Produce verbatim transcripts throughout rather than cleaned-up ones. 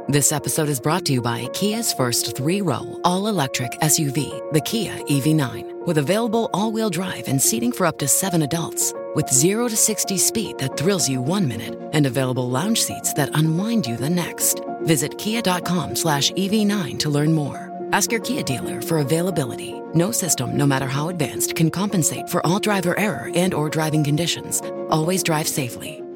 This episode is brought to you by Kia's first three-row, all-electric S U V, the Kia E V nine. With available all-wheel drive and seating for up to seven adults. With zero to sixty speed that thrills you one minute and available lounge seats that unwind you the next. Visit kia.com slash EV9 to learn more. Ask your Kia dealer for availability. No system, no matter how advanced, can compensate for all driver error and or driving conditions. Always drive safely.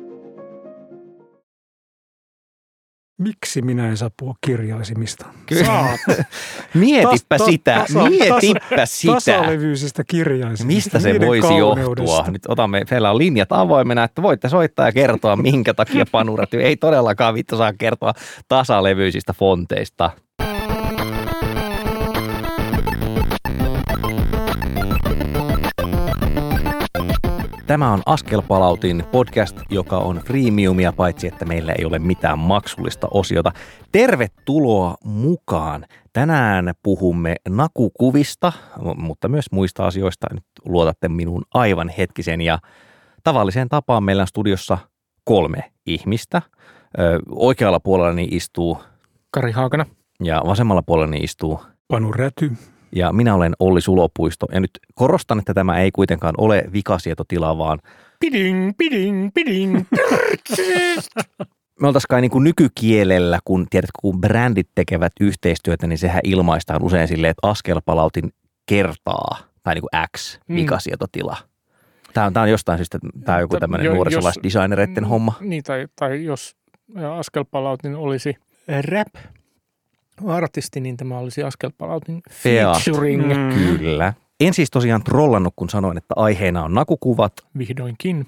Miksi minä en saa puhua kirjaisimista? Kyllä. Mietipä Tas- sitä, tasa- mietipä tasa- sitä. Tasalevyisistä kirjaisimista. Mistä se Niiden voisi kauneudesta. johtua? Nyt otamme, meillä on linjat avoimena, että voitte soittaa ja kertoa, minkä takia panurat ei todellakaan vittu saa kertoa tasalevyisistä fonteista. Tämä on Askelpalautin podcast, joka on freemiumia, paitsi että meillä ei ole mitään maksullista osiota. Tervetuloa mukaan. Tänään puhumme nakukuvista, mutta myös muista asioista. Nyt luotatte minuun aivan hetkisen ja tavalliseen tapaan meillä on studiossa kolme ihmistä. Ö, oikealla puolellani istuu Kari Haakana. Ja vasemmalla puolellani istuu Panu Räty. Ja minä olen Olli Sulopuisto. Ja nyt korostan, että tämä ei kuitenkaan ole vikasietotila, vaan Piding, piding, piding. me oltaisiin kai niin kuin nykykielellä, kun tiedätkö, kun brändit tekevät yhteistyötä, niin sehän ilmaistaan usein silleen, että askelpalautin kertaa tai niin kuin X vikasietotila. Tämä on, tämä on jostain syystä, tämä on joku tämmöinen Jo- nuorisolaisdesignereiden homma. Niin, tai, tai jos Askelpalautin olisi rap-artisti, niin tämä olisi Askelpalautin featuring. Mm. Kyllä. En siis tosiaan trollannut, kun sanoin, että aiheena on nakukuvat. Vihdoinkin.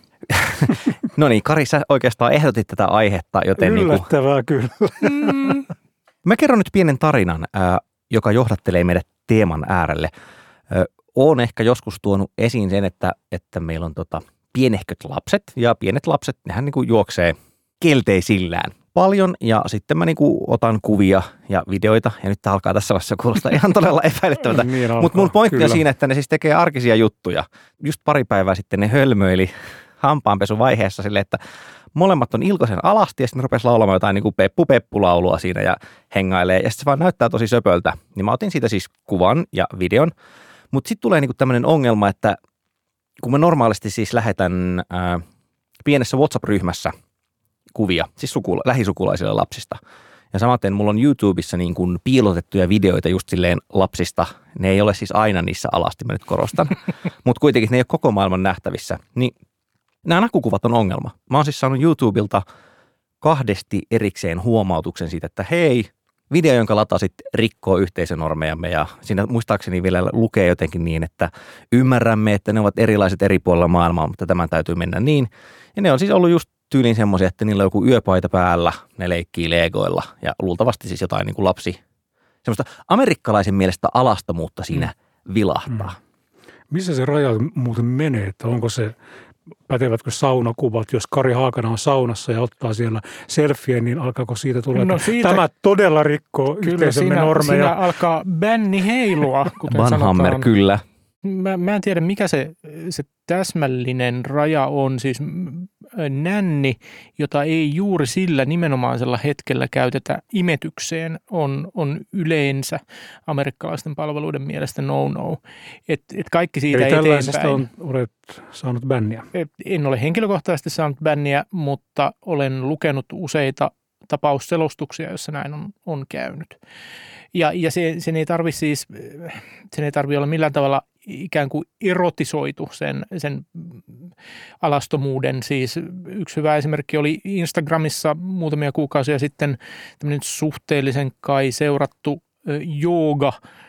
No niin, Kari, sä oikeastaan ehdotit tätä aihetta, joten Yllättävää niin kuin, kyllä. Mä kerron nyt pienen tarinan, ää, joka johdattelee meidät teeman äärelle. Ö, Oon ehkä joskus tuonut esiin sen, että, että meillä on tota pienehköt lapset, ja pienet lapset, nehän niin kuin juoksee kelteisillään paljon, ja sitten mä niin kuin otan kuvia ja videoita, ja nyt tää alkaa tässä vaiheessa kuulostaa ihan todella epäilyttävältä. Niin alkaa, Mutta mun pointti kyllä. on siinä, että ne siis tekee arkisia juttuja. Just pari päivää sitten ne hölmöili hampaanpesuvaiheessa silleen, että molemmat on iltaisen alasti, ja sitten ne rupesi laulamaan jotain niin kuin peppu-peppu-laulua siinä ja hengailee, ja sitten se vaan näyttää tosi söpöltä. Niin mä otin siitä siis kuvan ja videon, mutta sitten tulee niin kuin tämmöinen ongelma, että kun mä normaalisti siis lähetän ää, pienessä WhatsApp-ryhmässä kuvia, siis sukula, lähisukulaisille lapsista. Ja samaten mulla on YouTubessa niin kuin piilotettuja videoita just silleen lapsista. Ne ei ole siis aina niissä alasti, mä nyt korostan. Mutta kuitenkin ne ei ole koko maailman nähtävissä. Niin nämä nakukuvat on ongelma. Mä oon siis saanut YouTubilta kahdesti erikseen huomautuksen siitä, että hei, video, jonka latasit, rikkoo yhteisönormejamme. Ja siinä muistaakseni vielä lukee jotenkin niin, että ymmärrämme, että ne ovat erilaiset eri puolilla maailmaa, mutta tämän täytyy mennä niin. Ja ne on siis ollut just tyyliin semmoisia, että niillä on joku yöpaita päällä, ne leikkii legoilla ja luultavasti siis jotain niin kuin lapsi, semmoista amerikkalaisen mielestä alastomuutta siinä mm. vilahtaa. Mm. Missä se raja muuten menee, että onko se, pätevätkö saunakuvat, jos Kari Haakana on saunassa ja ottaa siellä selfie, niin alkaako siitä tulla, No että siitä- tämä todella rikkoo Kyllä yhteisömme siinä, normeja. siinä alkaa bänni heilua, kuten Banhammer, sanotaan. kyllä. Mä, mä en tiedä, mikä se, se täsmällinen raja on. Siis mm, nänni, jota ei juuri sillä nimenomaisella hetkellä käytetä imetykseen, on, on yleensä amerikkalaisten palveluiden mielestä no-no. Et, et kaikki siitä Eli tällaisesta eteenpäin. on, olet saanut bänniä. En ole henkilökohtaisesti saanut bänniä, mutta olen lukenut useita tapausselostuksia, joissa näin on, on käynyt. Ja, ja se, sen ei tarvitse siis, sen ei tarvitse olla millään tavalla ikään kuin erotisoitu sen, sen alastomuuden. Siis yksi hyvä esimerkki oli Instagramissa muutamia kuukausia sitten tämmöinen suhteellisen kai seurattu jooga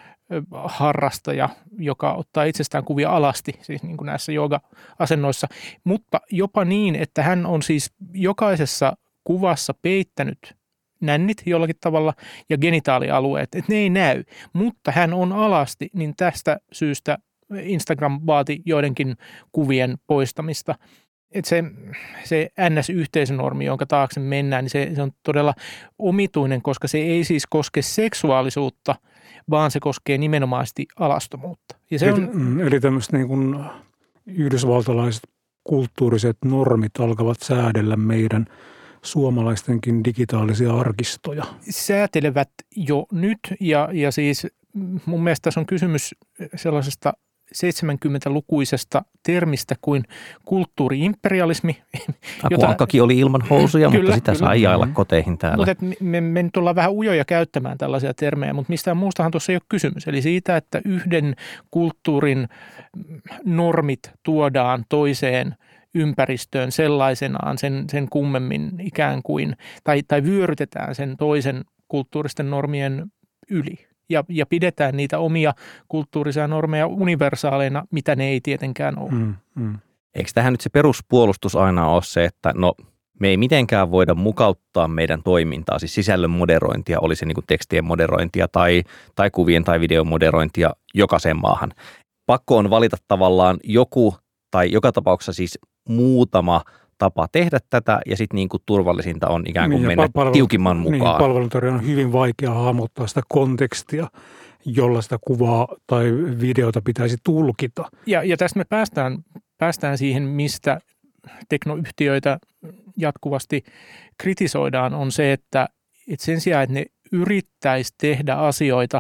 harrastaja, joka ottaa itsestään kuvia alasti, siis niin kuin näissä jooga-asennoissa, mutta jopa niin, että hän on siis jokaisessa kuvassa peittänyt nännit jollakin tavalla ja genitaalialueet, että ne ei näy, mutta hän on alasti, niin tästä syystä Instagram vaati joidenkin kuvien poistamista. Että se, se N S-yhteisönormi, jonka taakse mennään, niin se, se on todella omituinen, koska se ei siis koske seksuaalisuutta, vaan se koskee nimenomaisesti alastomuutta. Ja se on, Eli, eli tämmöiset niin kuin yhdysvaltalaiset kulttuuriset normit alkavat säädellä meidän suomalaistenkin digitaalisia arkistoja? Säätelevät jo nyt ja, ja siis mun mielestä tässä on kysymys sellaisesta seitsemänkymmentälukuisesta termistä kuin kulttuuri-imperialismi. Akuankkakin oli ilman housuja, kyllä, mutta sitä kyllä. sai jailla koteihin täällä. Mutta me, me nyt ollaan vähän ujoja käyttämään tällaisia termejä, mutta mistään muustahan tuossa ei ole kysymys. Eli siitä, että yhden kulttuurin normit tuodaan toiseen ympäristöön sellaisenaan sen, sen kummemmin ikään kuin, tai, tai vyörytetään sen toisen kulttuuristen normien yli. Ja, ja pidetään niitä omia kulttuurisia normeja universaaleina, mitä ne ei tietenkään ole. Mm, mm. Eikö tähän nyt se peruspuolustus aina ole se, että no me ei mitenkään voida mukauttaa meidän toimintaa, siis sisällön moderointia, oli se niin kuin tekstien moderointia tai, tai kuvien tai videon moderointia jokaiseen maahan. Pakko on valita tavallaan joku tai joka tapauksessa siis muutama tapa tehdä tätä ja sitten niin kuin turvallisinta on ikään kuin niin, mennä palvelu, tiukimman mukaan. Niin, palveluntarjoajan on hyvin vaikea hahmottaa sitä kontekstia, jolla sitä kuvaa tai videota pitäisi tulkita. Ja, ja tästä me päästään, päästään siihen, mistä teknoyhtiöitä jatkuvasti kritisoidaan, on se, että, että sen sijaan, että ne yrittäisi tehdä asioita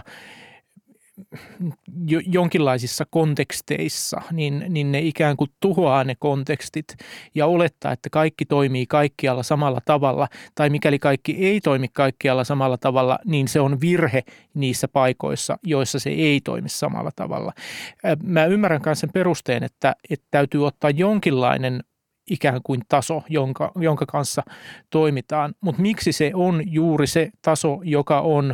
jonkinlaisissa konteksteissa, niin, niin ne ikään kuin tuhoaa ne kontekstit ja olettaa, että kaikki toimii kaikkialla samalla tavalla, tai mikäli kaikki ei toimi kaikkialla samalla tavalla, niin se on virhe niissä paikoissa, joissa se ei toimi samalla tavalla. Mä ymmärrän myös sen perusteen, että, että täytyy ottaa jonkinlainen ikään kuin taso, jonka, jonka kanssa toimitaan, mutta miksi se on juuri se taso, joka on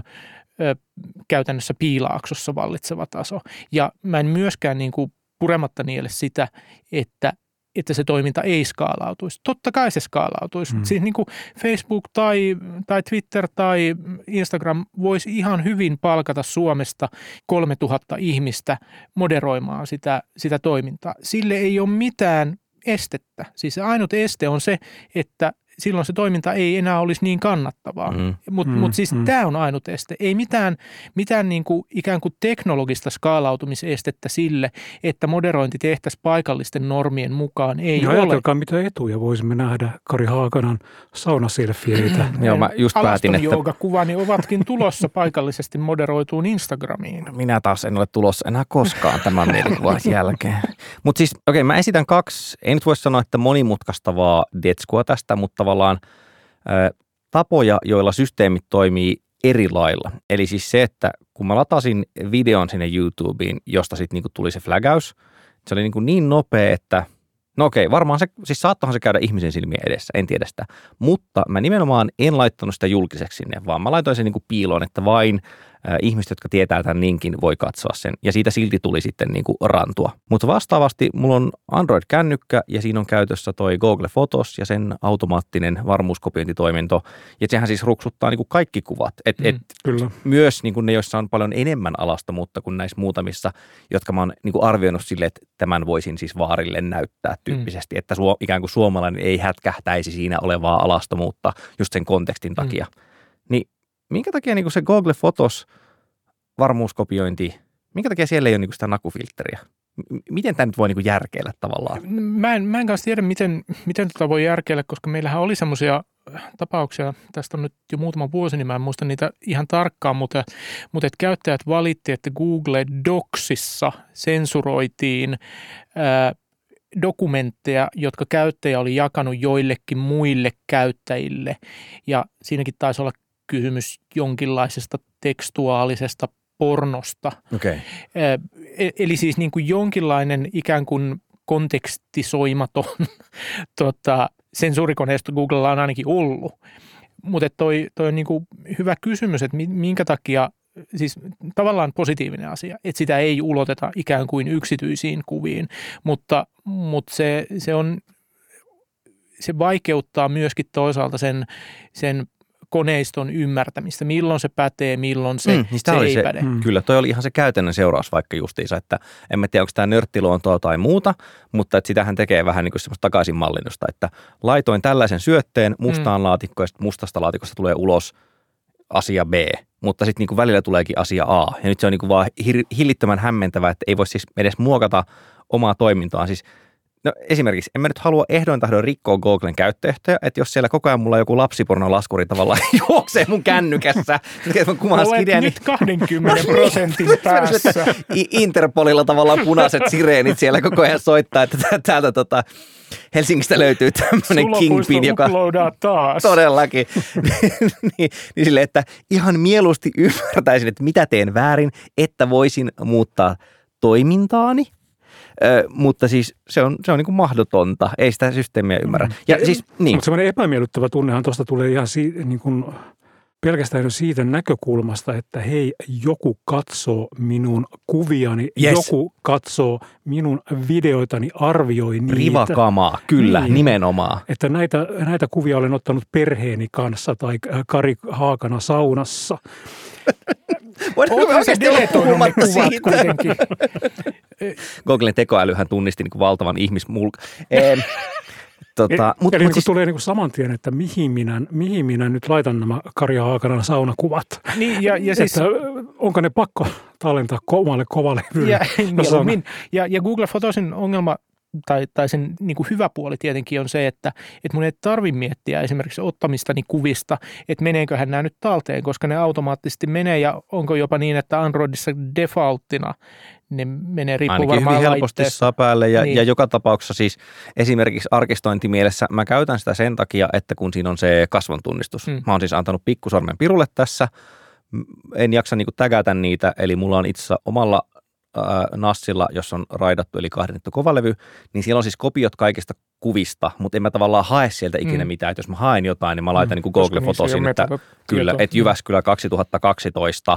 käytännössä piilaaksossa vallitseva taso. Ja mä en myöskään niin kuin purematta niele sitä, että, että se toiminta ei skaalautuisi. Totta kai se skaalautuisi. Mm. Siis niin kuin Facebook tai, tai Twitter tai Instagram voisi ihan hyvin palkata Suomesta kolmetuhatta ihmistä moderoimaan sitä, sitä toimintaa. Sille ei ole mitään estettä. Siis ainut este on se, että silloin se toiminta ei enää olisi niin kannattavaa. Mm. Mutta mm, mut siis mm. tämä on ainut este. Ei mitään, mitään niinku ikään kuin teknologista skaalautumisestettä sille, että moderointi tehtäisiin paikallisten normien mukaan. Ei ja ole. Ajatelkaa, mitä etuja voisimme nähdä Kari Haakanan saunaselfieitä. Joo, mä just päätin, että joogakuvani ovatkin tulossa paikallisesti moderoituun Instagramiin. Minä taas en ole tulossa enää koskaan tämän mielikuvan jälkeen. Mutta siis, okei, okay, mä esitän kaksi, en nyt voi sanoa, että monimutkaistavaa detskua tästä, mutta tavallaan ö, tapoja, joilla systeemit toimii eri lailla. Eli siis se, että kun mä latasin videon sinne YouTubeen, josta sitten niinku tuli se flagaus, se oli niinku niin nopea, että no okei, varmaan se, siis saattohan se käydä ihmisen silmien edessä, en tiedä sitä. Mutta mä nimenomaan en laittanut sitä julkiseksi sinne, vaan mä laitoin sen niinku piiloon, että vain äh, ihmiset, jotka tietää tämän linkin, voi katsoa sen. Ja siitä silti tuli sitten niinku rantua. Mutta vastaavasti mulla on Android-kännykkä ja siinä on käytössä toi Google Photos ja sen automaattinen varmuuskopiointitoiminto. Ja sehän siis ruksuttaa niinku kaikki kuvat. Et, mm, et kyllä. Myös niinku ne, joissa on paljon enemmän alastomuutta kuin näissä muutamissa, jotka mä oon niinku arvioinut sille, että tämän voisin siis vaarille näyttää tyyppisesti. Mm. Että suo, ikään kuin suomalainen ei hätkähtäisi siinä olevaa alastomuutta just sen kontekstin takia. Mm. Niin minkä takia niin kuin se Google Photos varmuuskopiointi, minkä takia siellä ei ole niin kuin sitä nakufiltteriä? Miten tämä nyt voi niin kuin järkeillä tavallaan? Mä en, mä en kanssa tiedä, miten, miten tätä voi järkeillä, koska meillähän oli semmoisia tapauksia, tästä on nyt jo muutama vuosi, niin mä en muista niitä ihan tarkkaan, mutta, mutta että käyttäjät valitti, että Google Docsissa sensuroitiin ää, dokumentteja, jotka käyttäjä oli jakanut joillekin muille käyttäjille, ja siinäkin taisi olla kysymys jonkinlaisesta tekstuaalisesta pornosta. Okay. Eli siis niin kuin jonkinlainen ikään kuin kontekstisoimaton tota, sensuurikoneisto Googlella on ainakin ollut. Mutta toi, toi on niin kuin hyvä kysymys, että minkä takia, siis tavallaan positiivinen asia, että sitä ei uloteta ikään kuin yksityisiin kuviin, mutta, mutta se, se, on, se vaikeuttaa myöskin toisaalta sen, sen koneiston ymmärtämistä, milloin se pätee, milloin se, mm, niin se ei se, päde. Mm. Kyllä, toi oli ihan se käytännön seuraus vaikka justiinsa, että en mä tiedä, onko tämä nörttiluontoa tai muuta, mutta että sitähän tekee vähän niin kuin semmoista takaisinmallinnusta, että laitoin tällaisen syötteen mustaan mm. laatikkoon, ja mustasta laatikosta tulee ulos asia B, mutta sitten niin välillä tuleekin asia A, ja nyt se on niin kuin vaan hillittömän hämmentävä, että ei voi siis edes muokata omaa toimintaa, siis No esimerkiksi, en mä nyt halua ehdoin tahdon rikkoa Googlen käyttöehtoja, että jos siellä koko ajan mulla joku lapsipornolaskuri tavallaan juoksee mun kännykässä. Olet nyt niin kaksikymmentä prosentin päässä. Interpolilla tavallaan punaiset sireenit siellä koko ajan soittaa, että täältä tota, Helsingistä löytyy tämmöinen kingpin, joka taas. Todellakin. niin, niin silleen, että ihan mieluusti ymmärtäisin, että mitä teen väärin, että voisin muuttaa toimintaani. Ö, mutta siis se on, se on niin kuin mahdotonta. Ei sitä systeemiä ymmärrä. Ja ja siis, niin. Mutta semmoinen epämiellyttävä tunnehan tuosta tulee ihan si, niin kuin pelkästään siitä näkökulmasta, että hei, joku katsoo minun kuviani, yes. joku katsoo minun videoitani, arvioi niitä. Rivakamaa, kyllä, niin, nimenomaan. Että näitä, näitä kuvia olen ottanut perheeni kanssa tai Kari Haakana saunassa. Oletko sä deletoinut ne kuvat kuitenkin? Googlen tekoälyhän tunnisti niin kuin valtavan ihmismulk. Tota, Eli, eli niin siis, tulee niin kuin saman tien, että mihin minä, mihin minä nyt laitan nämä Kari Haakanan saunakuvat. Niin, ja, ja siis, että onko ne pakko tallentaa omalle kovalle ja, ja, ja Google Photosin ongelma tai, tai sen niin kuin hyvä puoli tietenkin on se, että, että mun ei tarvitse miettiä esimerkiksi ottamistani kuvista, että meneeköhän nämä nyt talteen, koska ne automaattisesti menee ja onko jopa niin, että Androidissa defaulttina ne menee riippuu ainakin varmaan hyvin helposti laitteesta. saa päälle ja, niin. ja joka tapauksessa siis esimerkiksi arkistointimielessä mä käytän sitä sen takia, että kun siinä on se kasvon tunnistus. Hmm. Mä oon siis antanut pikkusormen pirulle tässä, en jaksa niinku tägätä niitä, eli mulla on itse omalla Nassilla, jos on raidattu eli kahdennettu kovalevy, niin siellä on siis kopiot kaikista kuvista, mutta en mä tavallaan hae sieltä ikinä mm. mitään. Että jos mä haen jotain, niin mä laitan mm. niin Google Photosin, että kyllä, että Jyväskylä kaksituhattakaksitoista.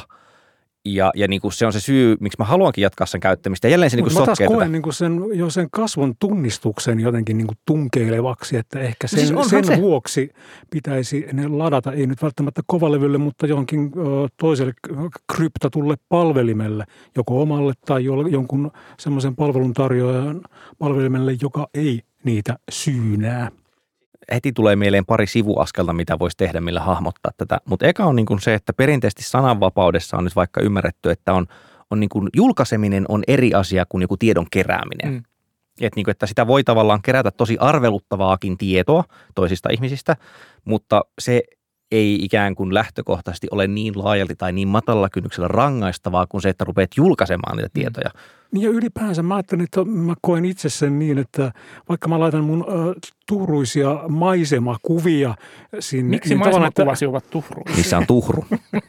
Ja, ja niin kuin se on se syy, miksi mä haluankin jatkaa sen käyttämistä. Ja jälleen se niin kuin sotkee tätä. Mä taas koen niin kuin sen, jo sen kasvon tunnistuksen jotenkin niin kuin tunkeilevaksi, että ehkä sen, siis sen se. vuoksi pitäisi ne ladata, ei nyt välttämättä kovalevylle, mutta johonkin ö, toiselle kryptatulle palvelimelle, joko omalle tai jonkun semmoisen palveluntarjoajan palvelimelle, joka ei niitä syynää. Heti tulee mieleen pari sivuaskelta, mitä voisi tehdä, millä hahmottaa tätä. Mutta eka on niin kuin se, että perinteisesti sananvapaudessa on nyt vaikka ymmärretty, että on, on niin kuin julkaiseminen on eri asia kuin joku tiedon kerääminen. Mm. Et niin kuin, että sitä voi tavallaan kerätä tosi arveluttavaakin tietoa toisista ihmisistä, mutta se ei ikään kuin lähtökohtaisesti ole niin laajalti tai niin matalalla kynnyksellä rangaistavaa kuin se, että rupeat julkaisemaan niitä tietoja. Niin ja ylipäänsä mä ajattelin, että mä koen itse sen niin, että vaikka mä laitan mun äh, tuhruisia maisemakuvia sinne. Miksi niin maisemakuvasi ovat tuhruisia? Missä on tuhru?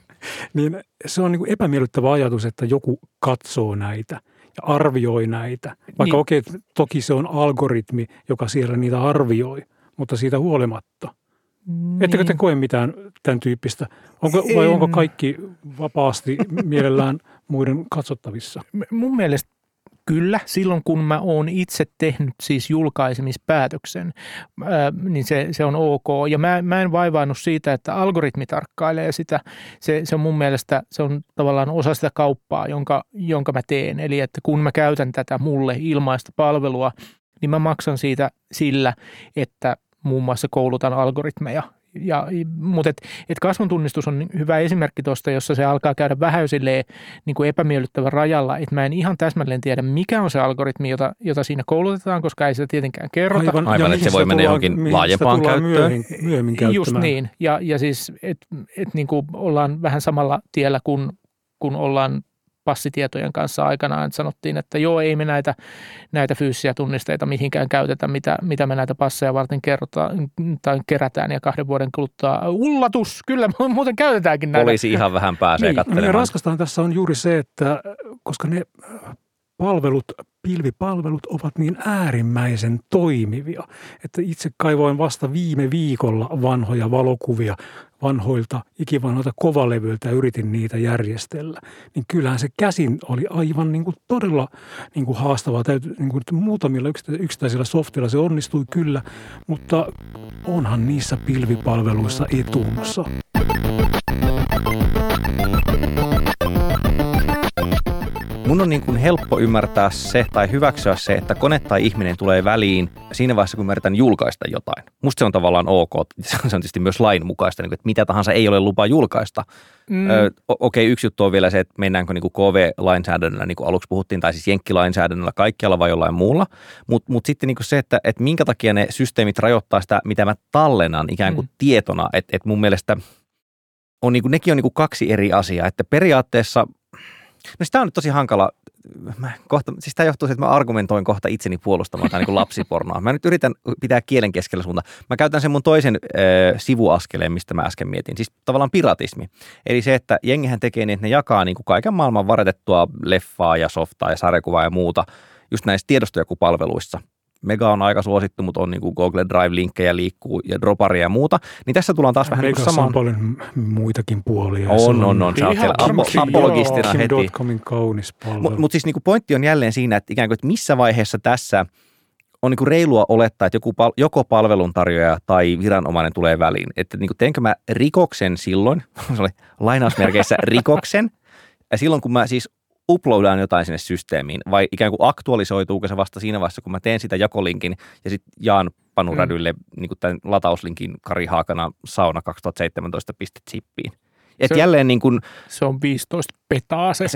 Niin se on niin kuin epämiellyttävä ajatus, että joku katsoo näitä ja arvioi näitä. Vaikka niin. okei, okay, toki se on algoritmi, joka siellä niitä arvioi, mutta siitä huolimatta. Niin. Ettekö te koe mitään tämän tyyppistä? Onko, vai onko kaikki vapaasti mielellään muiden katsottavissa? Mun mielestä kyllä. Silloin kun mä oon itse tehnyt siis julkaisemispäätöksen, ää, niin se, se on ok. Ja mä, mä en vaivaannut siitä, että algoritmi tarkkailee sitä. Se, se on mun mielestä, se on tavallaan osa sitä kauppaa, jonka, jonka mä teen. Eli että kun mä käytän tätä mulle ilmaista palvelua, niin mä maksan siitä sillä, että muun muassa koulutan algoritmeja. Ja, mutta et, et kasvontunnistus on hyvä esimerkki tuosta, jossa se alkaa käydä vähän silleen niin kuin epämiellyttävän rajalla. Että mä en ihan täsmälleen tiedä, mikä on se algoritmi, jota, jota siinä koulutetaan, koska ei sitä tietenkään kerrota. Aivan, Aivan että se voi mennä johonkin laajempaan käyttöön. Myöhemmin, myöhemmin Just niin. Ja, ja siis, että et niin kuin ollaan vähän samalla tiellä, kun, kun ollaan passitietojen kanssa aikanaan, että sanottiin, että joo, ei me näitä, näitä fyysisiä tunnisteita mihinkään käytetä, mitä, mitä me näitä passeja varten kerrotaan, tai kerätään, ja kahden vuoden kuluttua ullatus, kyllä muuten käytetäänkin näitä. Poliisi ihan vähän pääsee niin. katselemaan. Raskastahan tässä on juuri se, että koska ne palvelut, pilvipalvelut ovat niin äärimmäisen toimivia, että itse kaivoin vasta viime viikolla vanhoja valokuvia vanhoilta, ikivanhoilta kovalevyiltä ja yritin niitä järjestellä. Niin kyllähän se käsin oli aivan niin kuin todella niin kuin haastavaa. Täytyy, niin kuin muutamilla yksittäisillä softilla se onnistui kyllä, mutta onhan niissä pilvipalveluissa etunsa. Mun on niin kuin helppo ymmärtää se tai hyväksyä se, että kone tai ihminen tulee väliin siinä vaiheessa, kun mä yritän julkaista jotain. Musta se on tavallaan ok. Se on tietysti myös lain mukaista, että mitä tahansa ei ole lupa julkaista. Mm. Ö, okei, okay, yksi juttu on vielä se, että mennäänkö niin kuin K V-lainsäädännöllä, niin kuin aluksi puhuttiin, tai siis jenkkilainsäädännöllä kaikkialla vai jollain muulla. Mutta mut sitten niin kuin se, että, että minkä takia ne systeemit rajoittaa sitä, mitä mä tallennan ikään kuin mm. tietona. Että et mun mielestä on, niin kuin, nekin on niin kuin kaksi eri asiaa. Että periaatteessa, no sitä on nyt tosi hankala. Mä kohta, siis tämä johtuu siitä, että mä argumentoin kohta itseni puolustamaan tai niin kuin lapsipornoa. Mä nyt yritän pitää kielen keskellä suunta. Mä käytän sen mun toisen ö, sivuaskeleen, mistä mä äsken mietin. Siis tavallaan piratismi. Eli se, että jengihän tekee niin, että ne jakaa niin kuin kaiken maailman varetettua leffaa ja softaa ja sarjakuvaa ja muuta just näissä tiedostojakupalveluissa. Mega on aika suosittu, mutta on niin kuin Google Drive-linkkejä liikkuu ja droparia ja muuta. Niin tässä tullaan taas vähän niin kuin samaan. Megassa on paljon muitakin puolia. On, on, on. Sä oot siellä apo- apologistina heti. Kim dot comin kaunis palvelu. Mutta mut siis niin kuin pointti on jälleen siinä, että ikään kuin, että missä vaiheessa tässä on niin kuin reilua olettaa, että joku, joko palveluntarjoaja tai viranomainen tulee väliin. Että niin kuin teenkö mä rikoksen silloin, se oli lainausmerkeissä rikoksen, ja silloin kun mä siis uploadaan jotain sinne systeemiin, vai ikään kuin aktualisoituuko se vasta siinä vaiheessa, kun mä teen sitä jakolinkin ja sitten jaan Panu mm. Rädylle niin kuin tämän latauslinkin Kari Haakana sauna kaksituhattaseitsemäntoista piste zippiin. Et se, jälleen niin kuin, se on viisitoista petaa se.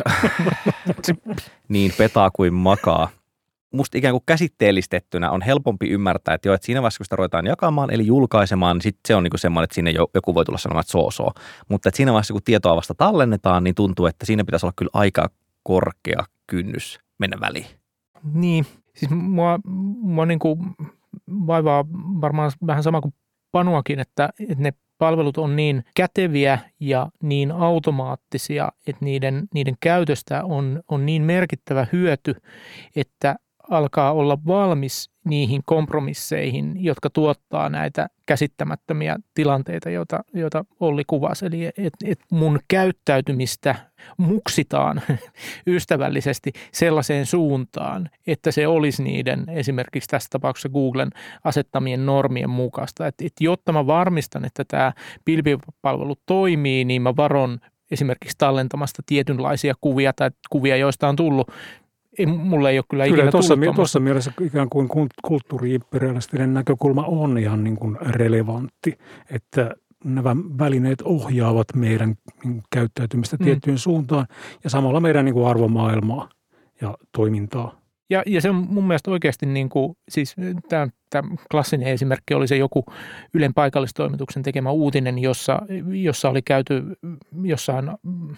Niin petaa kuin makaa. Musta ikään kuin käsitteellistettynä on helpompi ymmärtää, että jo, että siinä vaiheessa, kun sitä ruvetaan jakamaan, eli julkaisemaan, niin sit se on niin kuin semmoinen, että sinne joku voi tulla sanomaan, että soo-soo. Mutta että siinä vaiheessa, kun tietoa vasta tallennetaan, niin tuntuu, että siinä pitäisi olla kyllä aika korkea kynnys mennä väliin. Niin, siis mua, mua niin kuin vaivaa varmaan vähän sama kuin Panuakin, että, että ne palvelut on niin käteviä ja niin automaattisia, että niiden, niiden käytöstä on, on niin merkittävä hyöty, että alkaa olla valmis niihin kompromisseihin, jotka tuottaa näitä käsittämättömiä tilanteita, joita, joita Olli kuvasi. Eli et, et mun käyttäytymistä muksitaan ystävällisesti sellaiseen suuntaan, että se olisi niiden esimerkiksi tässä tapauksessa Googlen asettamien normien mukaista. Et, et jotta mä varmistan, että tämä pilvipalvelu toimii, niin mä varon esimerkiksi tallentamasta tietynlaisia kuvia tai kuvia, joista on tullut. Ei, mulle ei ole kyllä, kyllä ikinä tuossa, tullut tuossa mielessä ikään kuin kulttuuri-imperialistinen näkökulma on ihan niin kuin relevantti, että nämä välineet ohjaavat meidän käyttäytymistä mm. tiettyyn suuntaan ja samalla meidän niin kuin arvomaailmaa ja toimintaa. Ja, ja se on mun mielestä oikeasti, niin kuin, siis tämä, tämä klassinen esimerkki oli se joku Ylen paikallistoimituksen tekemä uutinen, jossa, jossa oli käyty jossain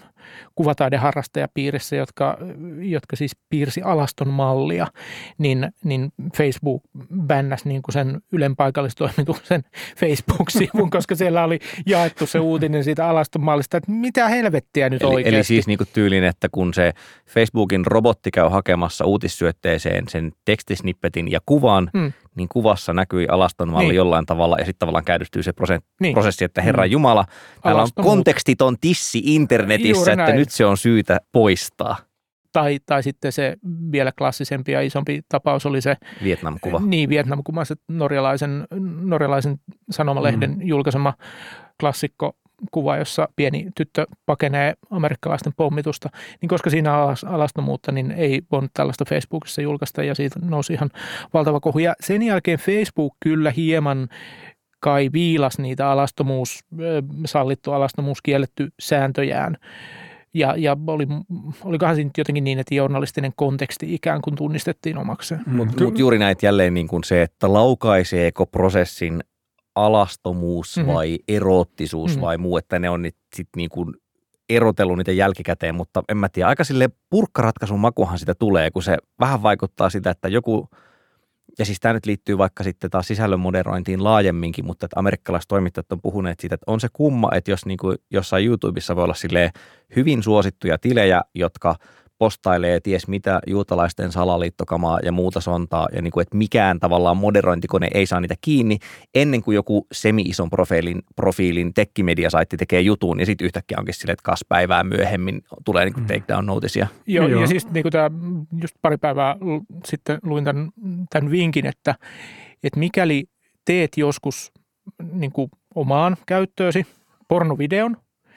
kuvataideharrastajapiirissä, jotka, jotka siis piirsi alaston mallia, niin, niin Facebook bännäsi niin kuin sen Ylen paikallistoimituksen Facebook-sivun, koska siellä oli jaettu se uutinen siitä alaston mallista, että mitä helvettiä nyt eli, oikeasti. Eli siis niin kuin tyylin, että kun se Facebookin robotti käy hakemassa uutissyötteeseen sen tekstisnippetin ja kuvan, mm. niin kuvassa näkyi alaston malli niin. jollain tavalla ja sitten tavallaan käynnistyy se prosessi, niin. prosessi että Herran Jumala, täällä on kontekstiton tissi internetissä, että nyt se on syytä poistaa. Tai, tai sitten se vielä klassisempi ja isompi tapaus oli se Vietnam-kuva. Niin, Vietnam-kuva, se norjalaisen, norjalaisen sanomalehden mm. julkaisema klassikko kuva, jossa pieni tyttö pakenee amerikkalaisten pommitusta, niin koska siinä on alastomuutta, niin ei voinut tällaista Facebookissa julkaista ja siitä nousi ihan valtava kohu. Ja sen jälkeen Facebook kyllä hieman kai viilasi niitä alastomuus, sallittu alastomuus, kielletty sääntöjään. Ja, ja oli, olikohan siinä jotenkin niin, että journalistinen konteksti ikään kuin tunnistettiin omakseen. Mm. Mutta mut juuri näitä jälleen niin kuin se, että laukaiseeko prosessin alastomuus mm-hmm. vai eroottisuus mm-hmm. vai muu, että ne on sitten niin kuin erotellut niitä jälkikäteen, mutta en mä tiedä, aika silleen purkkaratkaisun makuhan sitä tulee, kun se vähän vaikuttaa sitä, että joku, ja siis tämä nyt liittyy vaikka sitten taas sisällön moderointiin laajemminkin, mutta että amerikkalaiset toimittajat on puhuneet siitä, että on se kumma, että jos niin kuin jossain YouTubessa voi olla silleen hyvin suosittuja tilejä, jotka postailee ties mitä juutalaisten salaliittokamaa ja muuta sontaa, ja niin kuin, että mikään tavallaan moderointikone ei saa niitä kiinni, ennen kuin joku semi-ison profiilin, profiilin tekkimediasaitti tekee jutun, ja sitten yhtäkkiä onkin silleen, että kas päivää myöhemmin tulee niin kuin takedown noticeja. Joo, Joo, ja siis niin kuin tämä, just pari päivää sitten luin tämän, tämän vinkin, että, että mikäli teet joskus niin kuin omaan käyttöösi pornovideon,